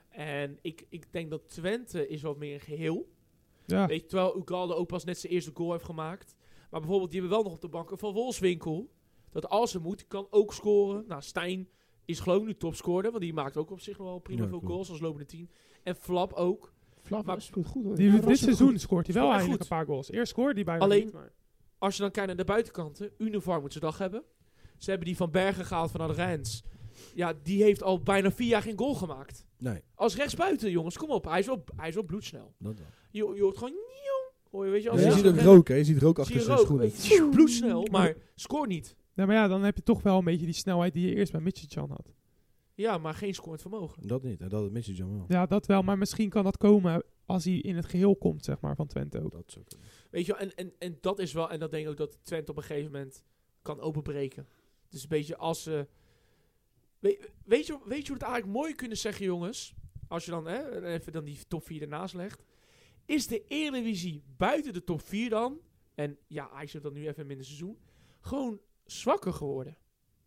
En ik, ik denk dat Twente is wat meer een geheel. Ja, Weet je, terwijl Ugalde ook pas net zijn eerste goal heeft gemaakt. Maar bijvoorbeeld, die hebben wel nog op de bank een Van Wolfswinkel. Dat als hij moet, kan ook scoren. Nou, Stijn is geloof ik nu topscorer. Want die maakt ook op zich nog wel prima Ja, veel klopt. goals als lopende tien. En Flap ook. Flap Maar- speelt goed hoor. die, Ja, dit Flap seizoen goed. scoort hij wel Scoort eindelijk goed. een paar goals. Eerst scoorde hij bijna Alleen- niet, maar... Als je dan kijkt naar de buitenkanten. Univar moet ze dag hebben. Ze hebben die Van Bergen gehaald van de Rijns. Ja, die heeft al bijna vier jaar geen goal gemaakt. Nee, Als rechtsbuiten, jongens, kom op. Hij is wel, hij is wel bloedsnel. dat wel. Je, je hoort gewoon... nieuw. Hoor je, weet je, als Ja, je je ziet zo ook rennen, rook, hè? Je ziet rook zie achter je zijn rook. schoenen. Weet je, bloedsnel, maar scoort niet. Ja, maar ja, dan heb je toch wel een beetje die snelheid die je eerst bij Mitchell had. Ja, maar geen scorend vermogen. Dat niet, en dat mis je Jan wel. Ja, dat wel, maar misschien kan dat komen als hij in het geheel komt, zeg maar, van Twente ook. Dat is ook. Weet je wel, en, en, en dat is wel... En dat denk ik ook dat Twente op een gegeven moment kan openbreken. Dus een beetje als ze... weet, weet, je, weet je hoe we het eigenlijk mooi kunnen zeggen, jongens? Als je dan hè, even dan die top vier ernaast legt. Is de Eredivisie buiten de top vier dan... En ja, hij zit dan nu even in minder seizoen... Gewoon zwakker geworden.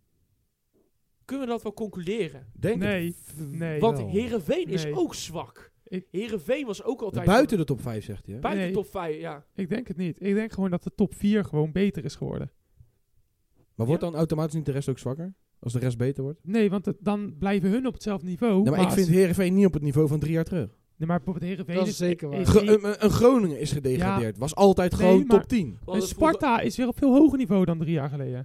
Kunnen we dat wel concluderen? Denk Nee, het v- nee. Want wel. Heerenveen is Nee. ook zwak. Ik- Heerenveen was ook altijd... Buiten de top vijf, zegt hij. Hè? buiten Nee. top vijf, ja. Ik denk het niet. Ik denk gewoon dat de top vier gewoon beter is geworden. Maar wordt Ja? dan automatisch niet de rest ook zwakker? Als de rest beter wordt? Nee, want het- dan blijven hun op hetzelfde niveau. Nee, maar ik als- vind Heerenveen niet op het niveau van drie jaar terug. Nee, maar bijvoorbeeld Heerenveen Dat is zeker waar. is Gro- niet- een, een Groningen is gedegradeerd. Was altijd Nee, gewoon maar- top tien. We En hadden het vroeger- Sparta is weer op veel hoger niveau dan drie jaar geleden.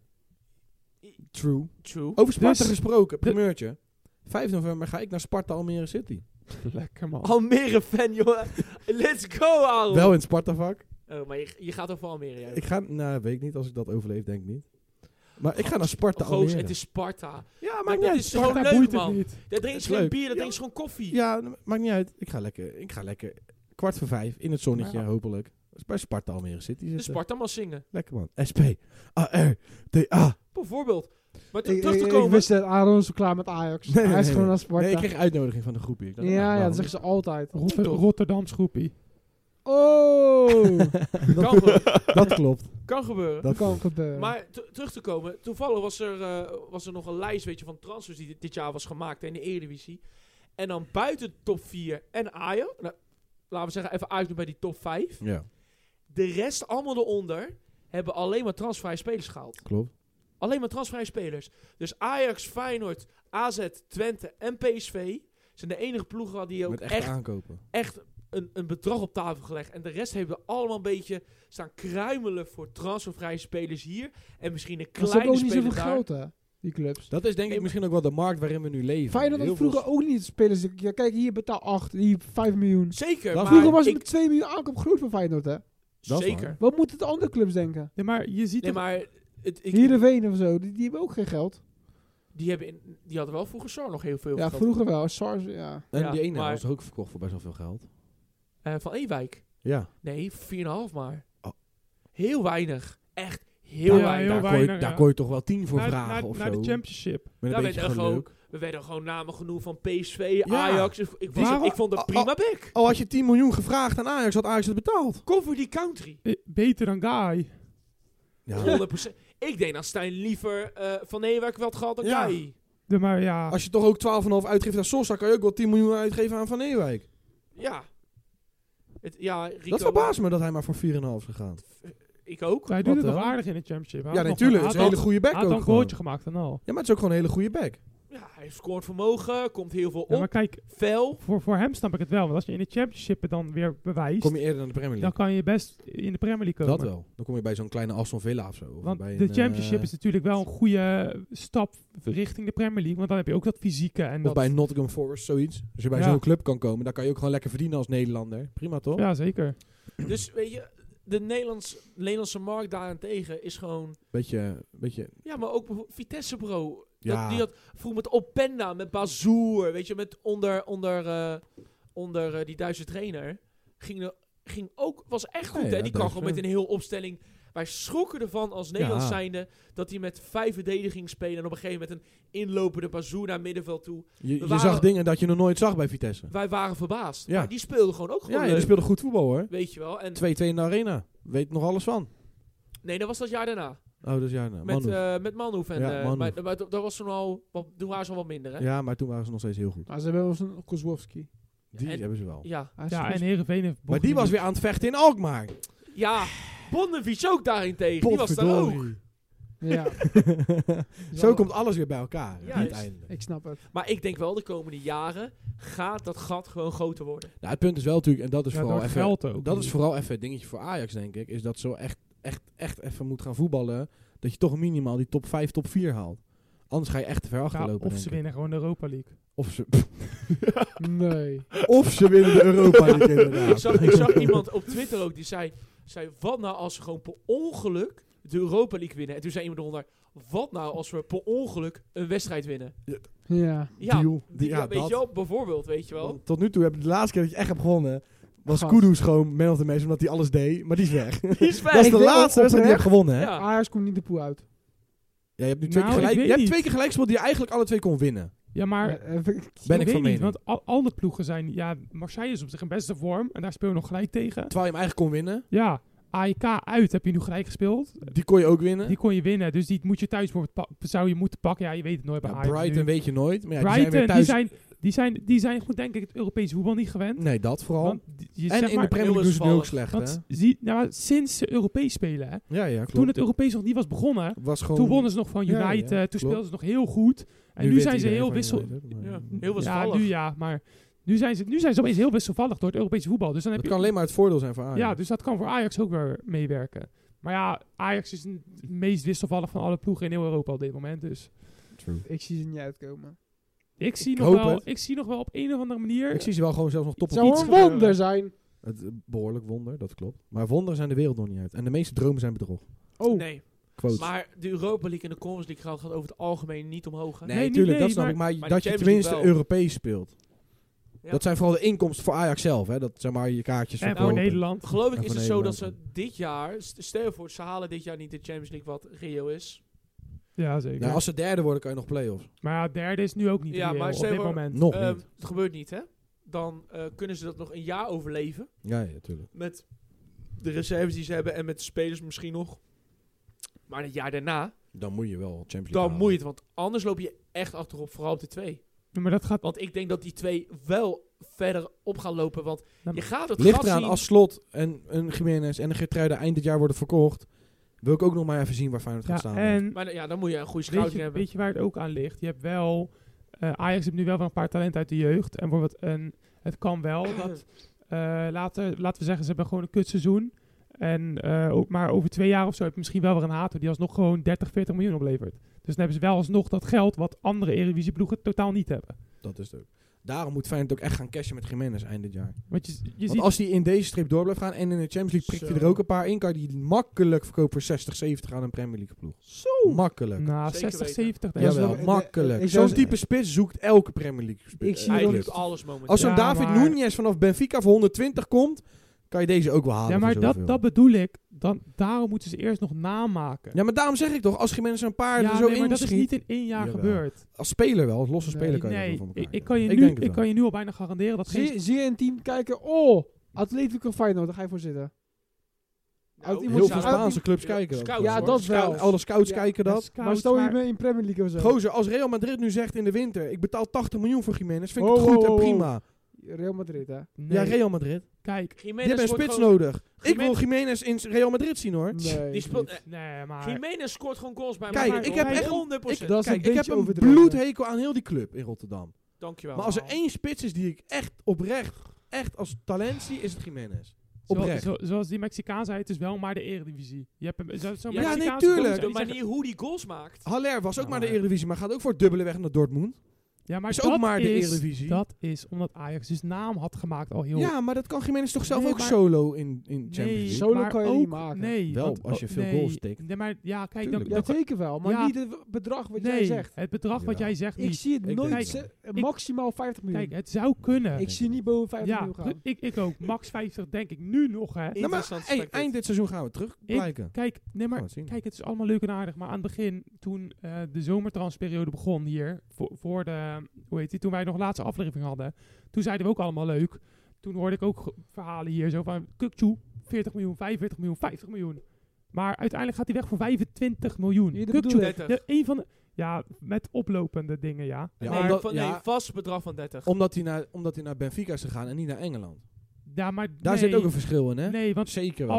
True. True. Over Sparta Dus- gesproken, primeurtje. vijf november ga ik naar Sparta Almere City. Lekker man. Almere fan, jongen. Let's go, Aaron. Wel in het Sparta-vak. Oh, maar je, je gaat ook voor Almere, jij. Ik ga, nou weet ik niet, als ik dat overleef, denk ik niet. Maar ik ga naar Sparta Goos, Almere. het is Sparta. Ja, Maar maakt niet dit uit. is Sparta- gewoon Sparta leuk, boeit het man. niet. Daar drinkt is geen leuk. bier, daar Ja. drinkt gewoon koffie. Ja, n- maakt niet uit. Ik ga lekker, ik ga lekker kwart voor vijf in het zonnetje, Ja. hopelijk. Dus bij Sparta Almere City De zitten. Sparta mag zingen. Lekker man. S P A R T A. Bijvoorbeeld. Maar te- Ik, terug ik, te ik komen... wist dat Aaron is zo klaar met Ajax. Nee, nee, Hij is nee, gewoon nee. naar Sparta. Nee, ik kreeg een uitnodiging van de groepje. Ik dacht, ja, nou, ja, dat waarom? zeggen ze altijd. Rotter- Toch? Rotterdams groepie. Oh! kan, ge- Dat klopt. kan gebeuren. Dat Dat kan klopt. gebeuren. Maar t- terug te komen, toevallig was er, eh, was er nog een lijst weet je, van transfers die dit, dit jaar was gemaakt hè, in de Eredivisie. En dan buiten de top vier en Ajax, nou, laten we zeggen even Ajax nu bij die top vijf. Ja, De rest allemaal eronder hebben alleen maar transfervrije spelers gehaald. klopt. Alleen maar transfervrije spelers. Dus Ajax, Feyenoord, A Z, Twente en P S V zijn de enige ploegen die ook Met echt, echt echt, aankopen. een, een bedrag op tafel gelegd. En de rest hebben allemaal een beetje staan kruimelen voor transfervrije spelers hier. En misschien een Maar ze hebben kleine ook niet speler zoveel daar. geld, hè? Die clubs. Nee, Dat is denk ik maar- misschien ook wel de markt waarin we nu leven. Feyenoord had Heel vroeger veel- ook niet spelers. Ja, kijk, hier betaal acht, hier vijf miljoen. Zeker, Dat maar Vroeger was het ik, met twee miljoen aankoop groot voor Feyenoord, hè? Dat is zeker. waar. Wat moeten de andere clubs denken? Nee, maar je ziet Nee, toch- maar het, ik, Heerenveen of zo, die, die hebben ook geen geld. die, hebben in, die hadden wel vroeger Sar nog heel veel Ja, geld. vroeger wel. SARS, ja. En Ja, die ene maar- was ook verkocht voor best wel veel geld. Eh, van Ewijk. Ja. Nee, vier komma vijf maar. Oh. Heel weinig. Echt heel Ja, weinig. heel daar, kon je, weinig, daar ja. kon je toch wel tien voor naar, vragen naar, of naar zo. de championship. Met Ja, een we beetje werden geluk. gewoon, we werden gewoon namen genoemd van P S V, Ja. Ajax. Ik, ik, vond, Waarom- ik vond het Oh, prima oh. bek. Al had je tien miljoen gevraagd aan Ajax, had Ajax het betaald. Kom voor die country. Eh, Beter dan Guy. Ja. honderd procent. Ik denk dat Stijn liever eh, van Ewijk wel had gehad dan Ja. jij. De, maar ja, Als je toch ook twaalf komma vijf uitgeeft aan Sosa, kan je ook wel tien miljoen uitgeven aan Van Ewijk. Ja. Het, ja, Rico, Dat verbaast me dat hij maar voor vier komma vijf is gegaan. Ik ook. hij doet Wat het nog dan? aardig in de championship. Hij Ja, had nog- natuurlijk. hij Het is een had hele goede back Hij had ook een gewoon. goaltje gemaakt en al. Ja, maar het is ook gewoon een hele goede back. Ja, hij scoort vermogen, komt heel veel Ja, maar op. kijk, Fel. voor, voor hem snap ik het wel. Want als je in de championship het dan weer bewijst, Kom je eerder naar de Premier dan League. kan je best in de Premier League komen. Dat wel. Dan kom je bij zo'n kleine Aston Villa of zo. Of Want bij de een, championship eh, is natuurlijk wel een goede stap richting de Premier League. Want dan heb je ook dat fysieke en Of dat... bij Nottingham Forest, zoiets. Als je bij Ja. zo'n club kan komen, dan kan je ook gewoon lekker verdienen als Nederlander. Prima toch? Ja, zeker. Dus weet je, de Nederlands, Nederlandse markt daarentegen is gewoon... Beetje, beetje, Ja, maar ook bijvoorbeeld Vitesse, bro. Ja. Dat, die had vroeger met Openda, met Bazoer, weet je, met onder, onder, eh, onder eh, die Duitse trainer. Ging, er, ging ook, was echt goed, Ja, hè. ja, Die kan Duits, gewoon met ja. een heel opstelling... Wij schrokken ervan als Nederlands Ja. zijnde dat hij met vijf verdediging spelen en op een gegeven moment een inlopende Bazoer naar middenveld toe. je je waren- zag dingen dat je nog nooit zag bij Vitesse. Wij waren verbaasd. Ja. Maar die speelde gewoon ook gewoon Ja, ja, leuk, die speelde goed voetbal hoor. weet je wel. En, twee-twee in de arena. Weet nog alles van. nee, dat was dat jaar daarna. Oh, dus ja, nou, Met, Manu. eh met Manhoef. En, Ja, eh, Manhoef. maar, maar dat dat was toen al, wat, toen waren ze al wat minder, hè? Ja, maar toen waren ze nog steeds heel goed. Maar ze hebben wel eens een Kozłowski. Die En- hebben ze wel. Ja. Hij is Ja, goed. en Heerenveen heeft... Maar die was weer aan het vechten in Alkmaar. Ja, Bonnevic ook daarentegen. Die was daar ook. Potverdorie. Ja. Zo komt alles weer bij elkaar. Ja, uiteindelijk. Ik snap het. Maar ik denk wel, de komende jaren gaat dat gat gewoon groter worden. Nou, het punt is wel natuurlijk, en dat is Ja, vooral door even... geld ook. Dat is vooral even een dingetje voor Ajax, denk ik. Is dat zo echt, echt, echt even moet gaan voetballen. Dat je toch minimaal die top vijf, top vier haalt. Anders ga je echt te ver Ja, achterlopen. of denk ze ik. winnen gewoon de Europa League. Of ze, Nee. of ze winnen de Europa League inderdaad. Ik zag, ik zag iemand op Twitter ook die zei, zei: wat nou als ze gewoon per ongeluk de Europa League winnen? En toen zei iemand eronder: wat nou als we per ongeluk een wedstrijd winnen? Ja. Ja, Deal. die- Ja, weet dat. je wel, bijvoorbeeld, weet je wel. Want tot nu toe heb ik de laatste keer dat je echt hebt gewonnen, was Gast. Kudus gewoon man of the match, omdat hij alles deed. Maar die is weg. Die is weg. Dat is Ik de denk laatste ook wedstrijd die je hebt oprecht. gewonnen, hè? Ja. Ajax komt niet de poel uit. Ja, je hebt nu twee Nou, keer gelijk. ik weet Je hebt niet. twee keer gelijk gespeeld die je eigenlijk alle twee kon winnen. Ja, maar... Ja, even- Ben ik ik weet van niet, mening. want al, al de ploegen zijn... Ja, Marseille is op zich in beste vorm. En daar speel je nog gelijk tegen. Terwijl je hem eigenlijk kon winnen. Ja, A E K uit heb je nu gelijk gespeeld. Die kon je ook winnen. Die kon je winnen. Dus die moet je thuis bijvoorbeeld pa- zou je moeten pakken. Ja, je weet het nooit bij Ja, Ajax Brighton nu. weet je nooit. Maar ja, die Brighton, zijn weer die thuis. zijn, die, zijn, die zijn goed, denk ik, het Europese voetbal niet gewend. Nee, dat vooral. Want die- je, en zeg in maar, de Premier League doen ze het nu ook slecht, hè? want zie, nou, maar sinds ze Europees spelen, hè, Ja, ja, klopt. toen het Europees nog niet was begonnen, was gewoon... toen wonnen ze nog van Ja, United, ja, toen klopt. speelden ze nog heel goed. En nu, wint zijn ze iedereen heel van wissel... United, maar- Ja, heel Ja, wisselvallig. nu ja, maar nu zijn, ze, nu zijn ze opeens heel wisselvallig door het Europese voetbal. Dus dan heb Dat je, kan alleen maar het voordeel zijn voor Ajax. ja, dus dat kan voor Ajax ook weer meewerken. Maar ja, Ajax is een- het meest wisselvallig van alle ploegen in heel Europa op dit moment. Dus True. Ik zie ze niet uitkomen. ik zie, Ik nog hoop wel, het. ik zie nog wel op een of andere manier... Ik zie ze wel gewoon zelfs nog top Het op zou iets een gebeuren. wonder zijn. Het, eh, behoorlijk wonder, dat klopt. Maar wonderen zijn de wereld nog niet uit. En de meeste dromen zijn bedrog. Oh, Nee, Quotes. maar de Europa League en de Conference League gaat, gaat over het algemeen niet omhoog. hè? nee, Nee, niet- tuurlijk, nee, dat snap maar- ik. Maar, maar dat de je Champions tenminste League wel. Europees speelt. Ja. Dat zijn vooral de inkomsten voor Ajax zelf. Hè? Dat zeg maar je kaartjes En voor verkopen. Nederland. Geloof ik En is voor het zo dat Nederland ze dit jaar, st- stel je voor, ze halen dit jaar niet de Champions League wat Rio is. Ja, zeker. Nou, als ze derde worden, kan je nog play-offs. Maar ja, derde is nu ook niet Ja, reëel maar op stel dit voor- moment. Nog Ehm, niet. Het gebeurt niet, hè? Dan eh, kunnen ze dat nog een jaar overleven. Ja, ja, tuurlijk. Met de reserves die ze hebben en met de spelers misschien nog. Maar het jaar daarna, Dan moet je wel Champions League dan halen. moet je het. Want anders loop je echt achterop, vooral op de twee. Ja, maar dat gaat... Want ik denk dat die twee wel verder op gaan lopen. Want Nou, je gaat het Ligt gat eraan, zien. als Slot en een Jiménez en een Geertruida eind dit jaar worden verkocht, wil ik ook nog maar even zien waar Feyenoord gaat ja, staan. en Maar ja, dan moet je een goede weet scouting je, hebben. weet je waar het ook aan ligt? Je hebt wel... eh, Ajax heeft nu wel weer een paar talenten uit de jeugd. En bijvoorbeeld een, het kan wel dat... eh, laten, laten we zeggen, ze hebben gewoon een kutseizoen. En, eh, ook, maar over twee jaar of zo heb je misschien wel weer een Hato die alsnog gewoon dertig, veertig miljoen oplevert. Dus dan hebben ze wel alsnog dat geld wat andere Eredivisie-ploegen totaal niet hebben. Dat is het ook. Daarom moet Feyenoord ook echt gaan cashen met Jiménez eind dit jaar. Want je, je Want ziet... als hij in deze strip door blijft gaan en in de Champions League prikt hij er Zo. ook een paar in, kan hij die makkelijk verkopen voor zestig, zeventig aan een Premier League ploeg. Zo. Makkelijk. Nou, Zeker zestig, weten. zeventig. Ja, denk ik. is Jawel, wel- makkelijk. ik zou Zo'n z- type spits zoekt elke Premier League spits. Ik zie Hij dat- doet alles momenteel. Als zo'n Ja, David maar- Núñez vanaf Benfica voor honderdtwintig komt, kan je deze ook wel halen. Ja, maar voor dat, zoveel. dat bedoel ik. Dan, daarom moeten ze eerst nog namaken. Ja, maar daarom zeg ik toch, als Jiménez een paar Ja, er zo nee, maar dat is inschiet, niet in één jaar Jawel. gebeurd. als speler wel, als losse Nee, speler kan je dat Nee, wel van elkaar ik, ik, krijgen. kan je Ik nu, denk het ik wel. kan je nu al bijna garanderen dat geen... Zie, zie je een team kijken, oh, Atletico Feyenoord, daar ga je voor zitten. Nou, Uit Heel iemand veel zou- Spaanse clubs Ja, kijken dat. scouts, Ja, hoor. dat Scouts. wel. Alle scouts Ja. kijken dat. Scouts, Maar stel je maar- me in Premier League of zo. Gozer, als Real Madrid nu zegt in de winter, ik betaal tachtig miljoen voor Jiménez, vind ik Oh, het goed oh, en oh, oh. prima. Real Madrid, hè? Nee, Ja, Real Madrid. Kijk, Die Jiménez hebben een scoort spits gewoon- nodig. Ik wil Jiménez- Jiménez in Real Madrid zien hoor. Nee. Die speelt, niet. eh, nee, maar... Jiménez scoort gewoon goals bij Kijk, mij. ik heb echt een- honderd Ik, procent. Dat is kijk, een ik heb beetje een overdreven. bloedhekel aan heel die club in Rotterdam. Dankjewel. Maar als er Oh. één spits is die ik echt oprecht, echt als talent zie, is het Jiménez. Zo, Oprecht. zo, zoals die Mexicaan zei, het is wel maar de Eredivisie. Je hebt een, zo, zo'n Ja, nee, Mexicaanse tuurlijk. coach de die zegt- manier hoe die goals maakt. Haller was ook Ja, maar de maar- Eredivisie, maar gaat ook voor het dubbele weg naar Dortmund. Ja, maar is dat ook maar de is, Eredivisie. Dat is omdat Ajax dus naam had gemaakt al heel... Ja, maar dat kan Jiménez toch zelf Nee, ook maar- solo in, in Champions nee, League? Solo maar kan je ook, niet maken. Nee, Wel, want- als je oh, veel nee, goals tikt. Nee, maar ja, kijk, dan, Tuurlijk. Ja, zeker wel. Maar Ja. niet het bedrag wat nee, jij zegt. het bedrag wat Jawel. jij zegt Ik niet. zie het Ik nooit denk ze- wel. maximaal vijftig miljoen. Kijk, het zou kunnen. ik zie niet boven vijftig ja, miljoen gaan. ik, ik ook. Max vijftig denk ik nu nog, hè. Nou, maar, Interessant hey, aspect. eind dit seizoen gaan we terug blijken. Kijk, nee, maar Gaan we het zien. kijk, het is allemaal leuk en aardig. Maar aan het begin, toen eh, de zomertransperiode begon hier, voor, voor de, hoe heet die, toen wij nog laatste aflevering hadden, toen zeiden we ook allemaal leuk. Toen hoorde ik ook ge- verhalen hier zo van, Kukçu, veertig miljoen, vijfenveertig miljoen, vijftig miljoen. Maar uiteindelijk gaat hij weg voor vijfentwintig miljoen. Ja, dat Kukçu, bedoel ik. de, een van de, ja, met oplopende dingen, ja. Ja, nee, omdat- van, ja. nee, vast bedrag van dertig. Omdat hij, naar, omdat hij naar Benfica is gegaan en niet naar Engeland. Ja, maar Daar nee, zit ook een verschil in, hè? Nee, want Zeker wel. als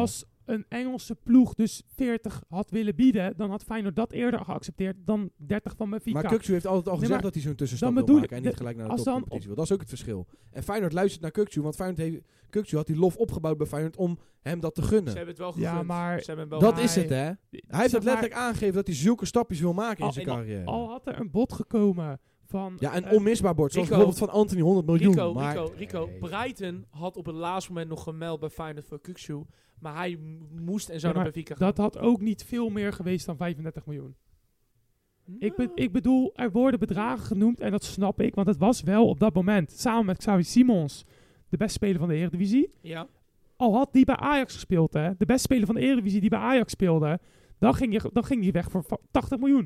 een Engelse ploeg dus veertig had willen bieden, dan had Feyenoord dat eerder geaccepteerd dan dertig van Benfica. Maar Kukçu heeft altijd al Nee, gezegd maar dat hij zo'n tussenstap dan wil bedoel maken en ik, niet gelijk naar de als dan topcompetitie wil. Dat is ook het verschil. En Feyenoord luistert naar Kukçu, want Feyenoord heeft, Kukçu had die lof opgebouwd bij Feyenoord om hem dat te Ze gunnen. hebben het wel gegund. Ja, maar Ze hebben hem wel Dat hij- is het, hè? Hij heeft zeg het maar, letterlijk aangegeven dat hij zulke stapjes wil maken in Al- zijn en- carrière. Al had er een bod gekomen van... Ja, een eh, onmisbaar bord. Zoals Rico- bijvoorbeeld van Anthony honderd miljoen. Rico, maar Rico, Rico, Nee. Brighton had op het laatste moment nog gemeld bij Feyenoord voor Kukçu. Maar hij m- moest en zou Ja, naar maar Benfica gaan. dat had ook niet veel meer geweest dan vijfendertig miljoen. Ik, be- Nou, ik bedoel, er worden bedragen genoemd en dat snap ik, want het was wel op dat moment, samen met Xavi Simons, de beste speler van de Eredivisie. Ja. Al had die bij Ajax gespeeld, hè, de beste speler van de Eredivisie die bij Ajax speelde, dan ging je, dan ging die weg voor va- tachtig miljoen.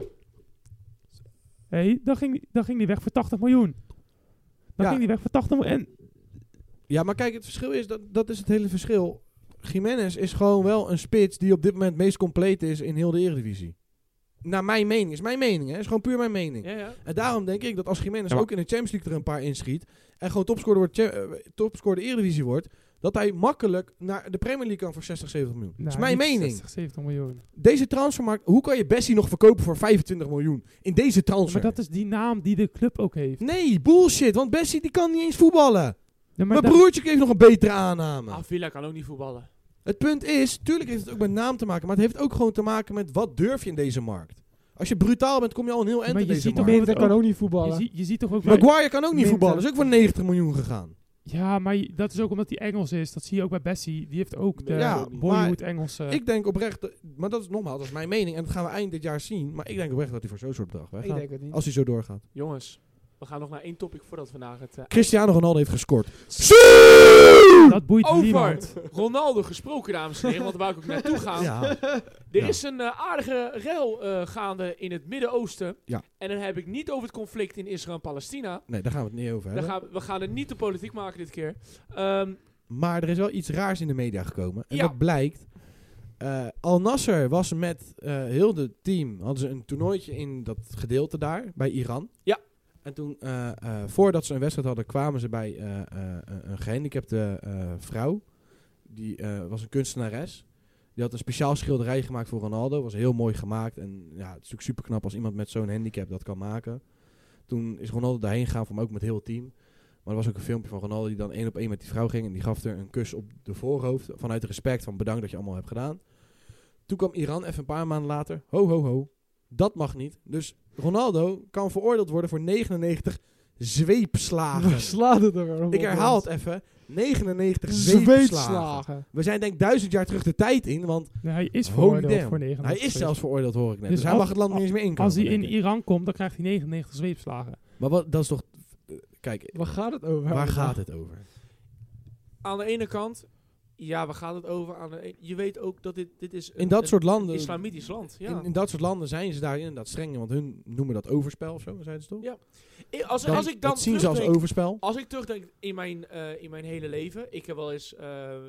Hé, hey, dan, ging, die- dan ging die weg voor tachtig miljoen. Dan Ja. ging die weg voor tachtig miljoen. En Ja, maar kijk, het verschil is, dat, dat is het hele verschil. Gimenez is gewoon wel een spits die op dit moment het meest compleet is in heel de Eredivisie. Naar mijn mening, is mijn mening, hè. Is gewoon puur mijn mening. Ja, ja. En daarom denk ik dat als Gimenez Ja, maar- ook in de Champions League er een paar inschiet en gewoon topscorer, wordt, cha- eh, topscorer de Eredivisie wordt, dat hij makkelijk naar de Premier League kan voor zestig, zeventig miljoen. dat is nou, mijn niet mening. zestig, zeventig miljoen. Deze transfermarkt, hoe kan je Bessie nog verkopen voor vijfentwintig miljoen in deze transfer? Maar dat is die naam die de club ook heeft. Nee, bullshit, want Bessie die kan niet eens voetballen. Ja, maar Mijn dat- broertje heeft nog een betere aanname. Ah, Villa kan ook niet voetballen. Het punt is, tuurlijk heeft het ook met naam te maken, maar het heeft ook gewoon te maken met wat durf je in deze markt. Als je brutaal bent, kom je al een heel eind maar in je deze ziet toch markt. Minte ook- kan ook niet je, voetballen. zie- je ziet toch ook... wel- Maguire kan ook niet Minte. voetballen, is ook voor negentig miljoen gegaan. Ja, maar je- dat is ook omdat hij Engels is. Dat zie je ook bij Bessie. Die heeft ook de Ja, Bollywood Engelse... Ik denk oprecht, dat- maar dat is nogmaals, dat is mijn mening en dat gaan we eind dit jaar zien. Maar ik denk oprecht dat hij voor zo'n soort bedrag Ik weggaat. denk het niet. Als hij zo doorgaat. Jongens, we gaan nog naar één topic voordat we naar het... eh, Cristiano Ronaldo heeft gescoord. dat boeit Over niemand. Ronaldo gesproken, dames en heren, want daar wou ik ook naartoe gaan. Ja. Er Ja. is een eh, aardige rel eh, gaande in het Midden-Oosten. Ja. En dan heb ik niet over het conflict in Israël en Palestina. Nee, daar gaan we het niet over Dan hebben. gaan we, we gaan het niet de politiek maken dit keer. Ehm, Maar er is wel iets raars in de media gekomen. En Ja. dat blijkt. eh, Al Nasser was met eh, heel het team. Hadden ze een toernooitje in dat gedeelte daar. Bij Iran. Ja. En toen, eh, eh, voordat ze een wedstrijd hadden, kwamen ze bij eh, eh, een gehandicapte eh, vrouw. Die eh, was een kunstenares. Die had een speciaal schilderij gemaakt voor Ronaldo. Was heel mooi gemaakt. En ja, het is natuurlijk super knap als iemand met zo'n handicap dat kan maken. Toen is Ronaldo daarheen gegaan, voor mij ook met heel het team. Maar er was ook een filmpje van Ronaldo die dan één op één met die vrouw ging. En die gaf er een kus op de voorhoofd. Vanuit respect van bedankt dat je allemaal hebt gedaan. Toen kwam Iran even een paar maanden later. Ho, ho, ho. Dat mag niet. Dus Ronaldo kan veroordeeld worden voor negenennegentig zweepslagen. Waar slaat het er weer op? Ik herhaal het even. negenennegentig zweepslagen. Zweetslagen. We zijn denk ik duizend jaar terug de tijd in. Want Nee, hij is Holy veroordeeld damn. voor negenennegentig. hij is zelfs veroordeeld, hoor ik net. Dus Dus, hij als- mag het land niet eens meer inkomen. Als hij in denk ik. Iran komt, dan krijgt hij negenennegentig zweepslagen. Maar wat, dat is toch... eh, Kijk, Waar gaat het over? waar gaat het over? aan de ene kant, ja, waar gaat het over? Aan de e- je weet ook dat dit, dit is In een- dat een soort landen... islamitisch land. Ja. In, in dat soort landen zijn ze daar inderdaad streng. Want hun noemen dat overspel of zo, zeiden ze toch? Ja. I- als, Dan- als ik dan dat zien ze als terugdenk- overspel. Als ik terugdenk in mijn, eh, in mijn hele leven, ik heb wel eens eh, eh,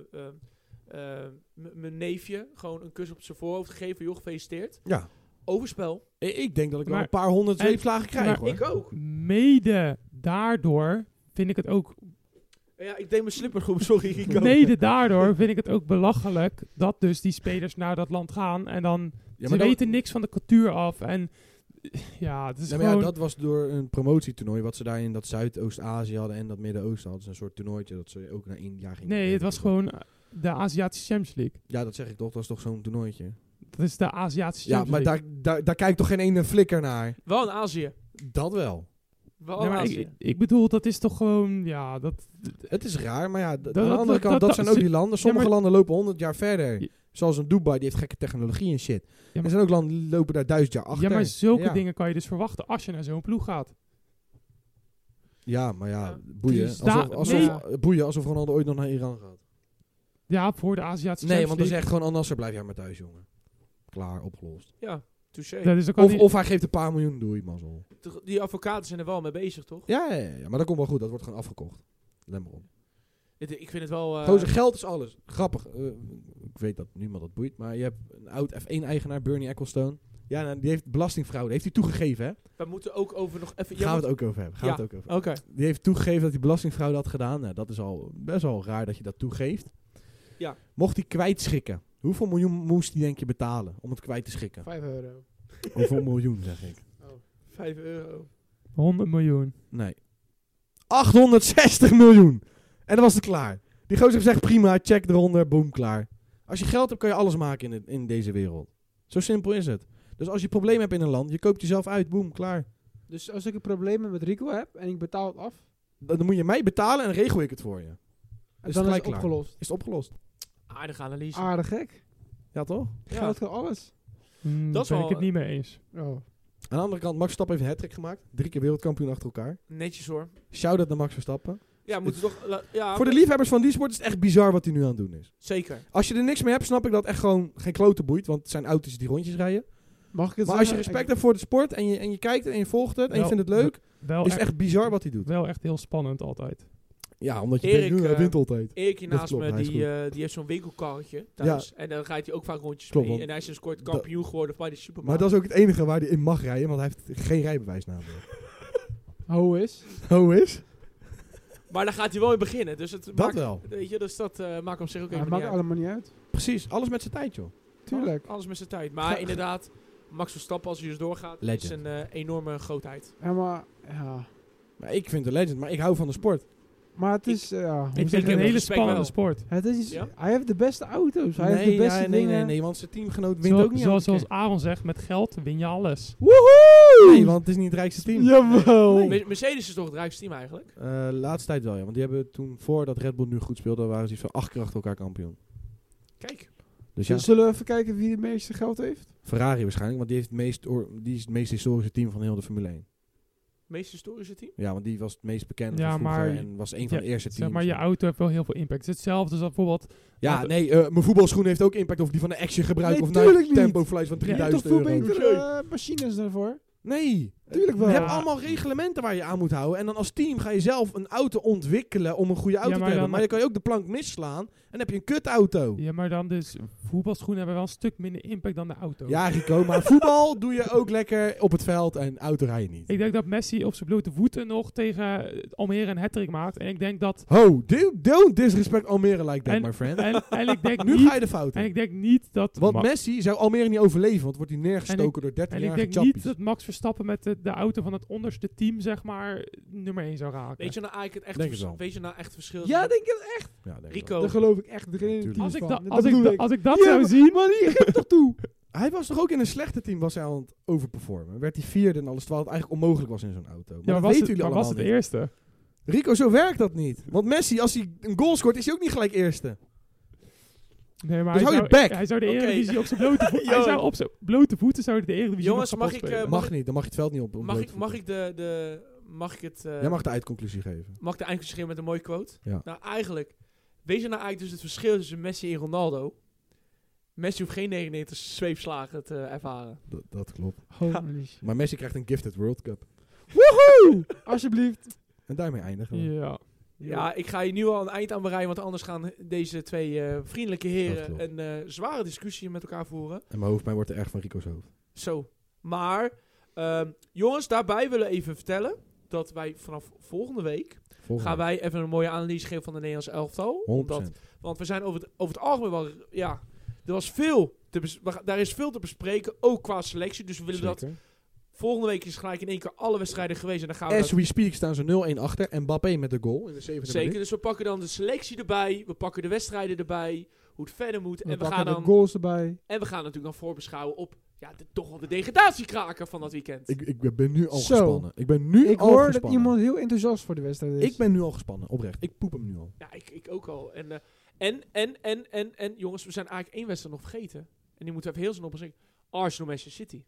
eh, m- mijn neefje gewoon een kus op zijn voorhoofd gegeven, joh, gefeliciteerd. Ja. Overspel. I- Ik denk dat ik wel Maar- een paar honderd en- zweepslagen krijg, maar hoor. Ik ook. Mede daardoor vind ik het ook... Ja, ik deed mijn slipper goed, sorry Rico. Mede daardoor vind ik het ook belachelijk dat dus die spelers naar dat land gaan en dan... Ja, ze maar dat, weten niks van de cultuur af en... Ja, het is ja, maar ja, gewoon... dat was door een promotietoernooi wat ze daar in dat Zuidoost-Azië hadden en dat Midden-Oosten hadden. Ze een soort toernooitje dat ze ook naar India gingen. Nee, het was gewoon de Aziatische Champions League. Ja, dat zeg ik toch. Dat is toch zo'n toernooitje. Dat is de Aziatische Ja, Champions maar League. daar, daar, daar kijkt toch geen ene flikker naar? Wel in Azië. Dat wel. Wel Nee, in maar Azië. ik, ik bedoel, dat is toch gewoon... Ja, dat... Het is raar, maar ja, d- Dat- aan de dat- andere kant, dat- dat, dat- zijn ook ze- die landen. Sommige maar- landen lopen honderd jaar verder. Ja. Zoals een Dubai, die heeft gekke technologie en shit. maar- er zijn ook landen die lopen daar duizend jaar achter. Ja, maar zulke Ja. dingen kan je dus verwachten als je naar zo'n ploeg gaat. Ja, maar ja, Ja. boeien. Dus Alsof, daar- alsof, nee. boeien, alsof Ronaldo ooit nog naar Iran gaat. Ja, voor de Aziatische Nee, Champions want dan League. zegt gewoon Al Nasser, blijf jij maar thuis, jongen. Klaar, opgelost. Ja, touché. Dat is ook al Of, die- of hij geeft een paar miljoen, doei, mazzel. Toch, die advocaten zijn er wel mee bezig, toch? Ja, ja, ja, ja, maar dat komt wel goed. Dat wordt gewoon afgekocht. Let maar op. Het- Ik vind het wel... eh, Gozer, geld is alles. Grappig. eh, ik weet dat niemand dat boeit. Maar je hebt een oud F één eigenaar, Bernie Ecclestone. Ja, nou, die heeft belastingfraude. Heeft hij toegegeven, hè? we moeten ook over nog even... Gaan we het ook over hebben. Gaan Ja. we het ook over hebben. Oké. Die heeft toegegeven dat hij belastingfraude had gedaan. Nou, dat is al best wel raar dat je dat toegeeft. Ja. Mocht hij kwijtschikken, Hoeveel miljoen moest hij denk je betalen om het kwijt te schikken? Vijf euro. Hoeveel miljoen zeg ik? vijf euro. honderd miljoen. Nee. achthonderdzestig miljoen. En dan was het klaar. Die gozer zegt prima, check eronder, boom, klaar. Als je geld hebt, kan je alles maken in, het, in deze wereld. Zo simpel is het. Dus als je problemen hebt in een land, je koopt jezelf uit, boom, klaar. Dus als ik een probleem met Rico heb en ik betaal het af, Dan, dan moet je mij betalen en dan regel ik het voor je. en Dus dan is gelijk het klaar. opgelost. Is het opgelost? Aardige analyse. Aardig gek. Ja, toch? Ja. Geld voor alles. Mm, Dat is ben wel- ik het niet mee eens. Oh. Aan de andere kant, Max Verstappen heeft een hat-trick gemaakt. Drie keer wereldkampioen achter elkaar. Netjes hoor. Shout-out naar Max Verstappen. Ja, moeten we toch... la- Ja, Voor de liefhebbers van die sport is het echt bizar wat hij nu aan het doen is. Zeker. Als je er niks mee hebt, snap ik dat echt gewoon geen klote boeit. Want het zijn auto's die rondjes rijden. Mag ik het Maar als je zeggen? respect hebt voor de sport en je, en je kijkt en je volgt het en je Wel, vindt het leuk, Wel is het echt, echt bizar wat hij doet. wel echt heel spannend altijd. Ja, omdat je Erik, denkt, "Joh, hij eh, wint altijd. Erik hier Dat naast klopt, me, hij is die, goed. eh, die heeft zo'n winkelkarretje thuis. En dan gaat hij ook vaak rondjes Klopt, mee. want En hij is sinds kort da- kampioen geworden bij de Maar supermarkt. dat is ook het enige waar hij in mag rijden, want hij heeft geen rijbewijs namelijk. Ho is. Hoe is? Maar daar gaat hij wel in beginnen. Dus het Dat maakt, wel. Weet je, dus dat eh, maakt op zich ook Ja, dat helemaal maakt niet uit. allemaal niet uit. Precies, alles met zijn tijd, joh. Tuurlijk. Alles met zijn tijd. Maar inderdaad, Max Verstappen, als hij dus doorgaat, Legend. is een eh, enorme grootheid. Ja, maar... Ja. Maar ik vind het een legend, maar ik hou van de sport. Maar het is... eh, ja, hoe Ik zeg vind je het een heb dat? hele respect spannende wel. sport. Het is, Ja? Hij heeft de beste auto's. Hij heeft nee, de beste ja, nee, dingen. nee, nee, want zijn teamgenoot wint Zo- ook niet zoals, elke zoals Aaron zegt, met geld win je alles. Woehoe! Nee, want het is niet het rijkste team. Jawel. Me- Mercedes is toch het rijkste team eigenlijk? Uh, laatste tijd wel, ja. Want die hebben toen, voordat Red Bull nu goed speelde, waren ze iets van acht keer achter elkaar kampioen. Kijk. Dus ja, Zullen we even kijken wie het meeste geld heeft? Ferrari waarschijnlijk, want die, heeft het meest oor- die is het meest historische team van heel de Formule één. Meest historische team? Ja, want die was het meest bekende Ja, van vroeger maar- en was een van Ja, de eerste teams. Zeg maar, je auto heeft wel heel veel impact. Het is hetzelfde als dat bijvoorbeeld... Ja, Want- nee, uh, mijn voetbalschoen heeft ook impact of die van de Action gebruiken Nee, of nou tuurlijk een niet. tempofluis van Je hebt toch drieduizend veel euro. betere eh, machines daarvoor? Nee. Tuurlijk wel. Je Ja. hebt allemaal reglementen waar je aan moet houden. En dan als team ga je zelf een auto ontwikkelen om een goede auto Ja, te maar hebben. dan- Maar je kan je ook de plank misslaan en dan heb je een kutauto. Ja, maar dan dus... Voetbalschoenen hebben wel een stuk minder impact dan de auto. Ja, Rico, maar voetbal doe je ook lekker op het veld en auto rij je niet. Ik denk dat Messi op zijn blote voeten nog tegen eh, Almere een hat-trick maakt. En ik denk dat... Ho, do- don't disrespect Almere like that, En- my friend. En, en ik denk Nu niet... ga je de fout En in. ik denk niet dat... Want Ma- Messi zou Almere niet overleven, want wordt hij neergestoken door En ik dertien-jarige denk chappies. niet dat Max Verstappen met de, de auto van het onderste team, zeg maar, nummer één zou raken. Weet je nou eigenlijk het echte Denk het vers- wel. weet je nou echt het verschil? Ja, tussen- denk ik echt. Ja, denk ik Rico. wel. Daar geloof ik echt geen Tuurlijk. team als ik, van. da- Dat als, ik bedoel da- als ik dat Ja, zou maar- zien... Maar die geeft toch toe. Hij was toch ook in een slechte team, was hij aan het overperformen. Werd hij vierde en alles, terwijl het eigenlijk onmogelijk was in zo'n auto. Maar Ja, maar dat was weten het, jullie maar allemaal was het de niet. eerste? Rico, zo werkt dat niet. Want Messi, als hij een goal scoort, is hij ook niet gelijk eerste. Nee, maar Dus hij, hou je zou, bek. hij zou de Oké. Eredivisie op zijn blote voeten... hij Yo. zou op zijn blote voeten zou hij de Eredivisie Jongens, nog mag kapot ik, spelen. eh, Mag Mag niet, dan mag je het veld niet op. op Mag ik, blootvoeten. mag ik de, de mag ik het eh, Jij mag de eindconclusie geven. mag ik de eindelijk geven met een mooie quote? Ja. Nou, eigenlijk weet je nou eigenlijk dus het verschil tussen Messi en Ronaldo? Messi hoeft geen negenennegentig zweepslagen te ervaren. Dat, dat klopt. Holy shit. Maar Messi krijgt een gifted World Cup. Woehoe! Alsjeblieft. En daarmee eindigen we. Ja. Ja, ik ga hier nu al een eind aan bereiden, want anders gaan deze twee eh, vriendelijke Dat heren klopt. een eh, zware discussie met elkaar voeren. En mijn hoofdpijn wordt er erg van Rico's hoofd. Zo. Maar, ehm, jongens, daarbij willen we even vertellen dat wij vanaf volgende week Volgende. gaan wij even een mooie analyse geven van de Nederlandse elftal. honderd Omdat, procent. want we zijn over het, over het algemeen wel, ja, er was veel te bes- we ga- daar is veel te bespreken, ook qua selectie. Dus we willen dat, Zeker. volgende week is gelijk in één keer alle wedstrijden geweest en dan gaan we As dat- we speak staan ze nul-één achter. En Mbappé met de goal in de zevende zeker. minuut. Dus we pakken dan de selectie erbij, we pakken de wedstrijden erbij, hoe het verder moet. We en, we pakken gaan de dan, goals erbij. en we gaan natuurlijk dan voorbeschouwen op ja, de, toch wel de degradatiekraker van dat weekend. Ik, ik ben nu al Zo. gespannen. Ik ben nu Ik al hoor dat gespannen. iemand heel enthousiast voor de wedstrijd is. Ik ben nu al gespannen, oprecht. Ik poep hem nu al. Ja, ik, ik ook al. En, eh, en, en, en, en, en, jongens, we zijn eigenlijk één wedstrijd nog vergeten. En die moeten we even heel snel opzeggen. Arsenal Manchester City.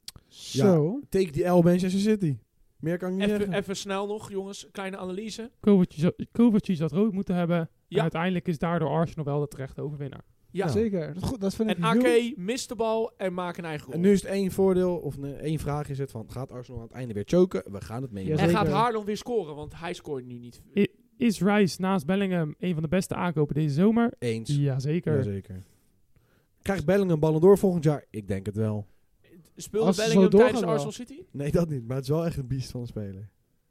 Zo. Take die L Manchester City. Meer kan ik niet Even, zeggen. even snel nog, jongens. Kleine analyse. Kovacic zou- Kovacic had rood moeten hebben. En Ja. uiteindelijk is daardoor Arsenal wel de terechte overwinnaar. Ja. Zeker. Dat, is goed, dat vind ik En heel... Ake mist de bal en maakt een eigen goal. En nu is het één voordeel, of nee, één vraag is het van, gaat Arsenal aan het einde weer choken? We gaan het Ja, meemaken. en zeker. gaat Haaland weer scoren, want hij scoort nu niet. I- Is Rice naast Bellingham een van de beste aankopen deze zomer? Eens. Jazeker. Jazeker. Krijgt Bellingham Ballon d'Or volgend jaar? Ik denk het wel. Speelde Als ze zo Bellingham doorgaan tijdens wel. Arsenal City? Nee, dat niet. Maar het is wel echt een beest van een speler.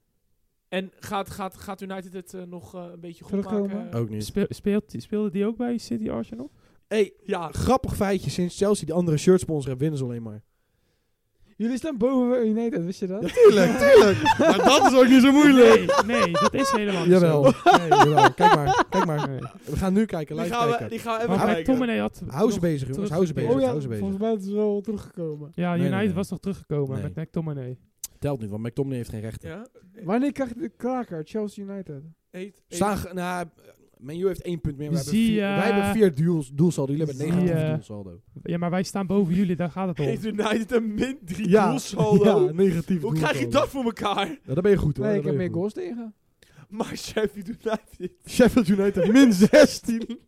En gaat, gaat, gaat United het eh, nog eh, een beetje goed Terugkomen? maken? Ook niet. Speel- speelt, speelde die ook bij City Arsenal? Hey, Ja, grappig feitje. Sinds Chelsea die andere shirt sponsor heeft, winnen ze alleen maar. Jullie staan boven United, wist je dat? Ja, tuurlijk, tuurlijk. Maar dat is ook niet zo moeilijk. Nee, nee, dat is helemaal niet Jawel. zo. Nee, jawel. Kijk maar, kijk maar. Nee. We gaan nu kijken, die live gaan, we, kijken. die gaan we even Maar bij kijken. McTominay had... Hou ze nog bezig, jongens. terug- Hou ze bezig. Oh ja, hou ze bezig. volgens mij is het wel teruggekomen. Ja, Nee, nee, United nee. was nog teruggekomen Nee. met McTominay. Telt niet, want McTominay heeft geen rechten. Ja? Wanneer krijg je de kraker? Chelsea United. Eet, eet. Staan, ge- nou, Man U heeft één punt meer. We hebben Zie, vier, uh, wij hebben vier doels, doelsaldo. Jullie hebben zie, negatief uh, doelsaldo. Ja, maar wij staan boven jullie, daar gaat het om. Heeft United een min drie Ja, doelsaldo? ja, negatief Hoe krijg je dat voor elkaar? Ja, dan ben je goed hoor. Nee, ik dan heb ben meer je goed. goals tegen. Maar Sheffield United... Sheffield United min zestien. Je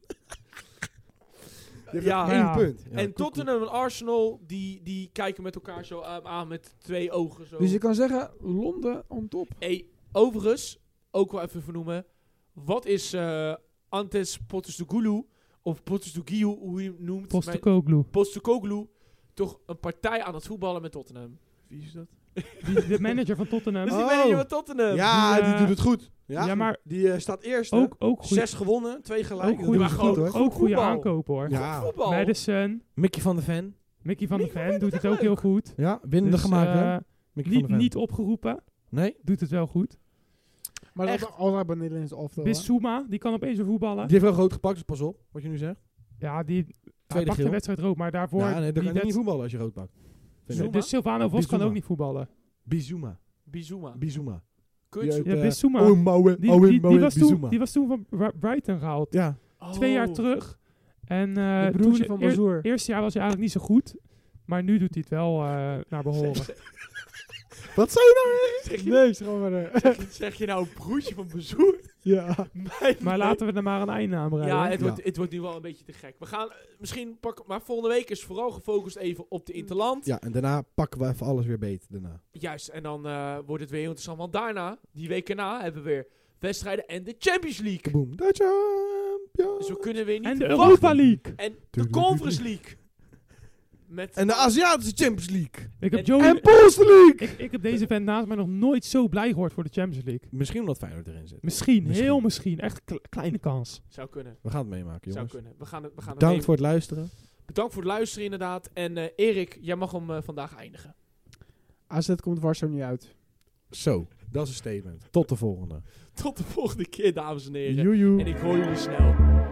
hebt Ja. één Ja. punt. Ja, en cool, Tottenham en Arsenal, die, die kijken met elkaar zo aan, aan met twee ogen. Zo. Dus je kan zeggen, Londen on top. Hey, overigens, ook wel even vernoemen. Wat is eh Antes Postecoglou, of Postecoglou, hoe je hem noemt. Postecoglou. Postecoglou, toch een partij aan het voetballen met Tottenham. Wie is dat? Die- De manager van Tottenham. Dat is Oh. die manager van Tottenham. Ja, Die, die, eh, doet het goed. Ja, ja, maar die eh, staat eerst. hè. Ook, ook goede Zes gewonnen, twee gelijk. ook Dat goede doen ze goed, hoor. ook goede voetbal. aankopen hoor. Ja. Goed voetbal. Madison, Mickey van der Ven. Mickey van der Mickey Ven van doet der het ook Ven. heel goed. Ja, winnende Dus, gemaakt eh, hè. Mickey van niet, der Ven. niet opgeroepen, Nee, doet het wel goed. Maar dat Echt. is altijd bij Nederlands elftal. hè? Bissouma, die kan opeens weer voetballen. die heeft wel rood gepakt, dus pas op wat je nu zegt. Ja, die hij Tweede pakt de geel. wedstrijd rood, maar daarvoor... Ja, nee, dan die kan je niet wed- voetballen als je rood pakt. Vind ik. Zuma? Dus Silvano Vos kan Bissouma. ook niet voetballen. Bizuma. Bizuma. Bizuma. Kut. Die uit, Ja, eh, Bissouma. Owen Mouwen. Die, Owen die, die, Mouwen was toen, Bizuma. die was toen van Bra- Brighton gehaald. Ja. Twee jaar Oh. terug. En eh Het broertje toen, van eer- Bazoer. eerste jaar was hij eigenlijk niet zo goed. Maar nu doet hij het wel eh, naar behoren. Wat zei je nou? Zeg je, Nee, zeg maar. eh, zeg, je, zeg je nou een broertje van bezoek? ja. Mijn Maar laten we er maar een einde aan breien. Ja, het Ja. wordt, het wordt nu wel een beetje te gek. We gaan eh, misschien pakken, maar volgende week is vooral gefocust even op de Interland. Ja, en daarna pakken we even alles weer beet. Daarna. Juist, en dan eh, wordt het weer heel interessant. Want daarna, die week erna, hebben we weer wedstrijden en de Champions League. Boom. De champion. Dus we kunnen weer niet En de wachten. Europa League. En de Conference League. Met En de Aziatische Champions League. Ik heb, En- Joey, En Poolse League. ik, ik heb deze vent naast mij nog nooit zo blij gehoord voor de Champions League. Misschien omdat Feyenoord erin zit. Misschien, Misschien. heel misschien. Echt kle- kleine kans. Zou kunnen. We gaan het meemaken, Zou jongens. kunnen. We gaan het, we gaan het Bedankt mee- voor het luisteren. Bedankt voor het luisteren inderdaad. En eh, Erik, jij mag hem eh, vandaag eindigen. A Z komt Warschau niet uit. Zo, dat is een statement. Tot de volgende. Tot de volgende keer, dames en heren. Joejoe. En ik hoor jullie snel.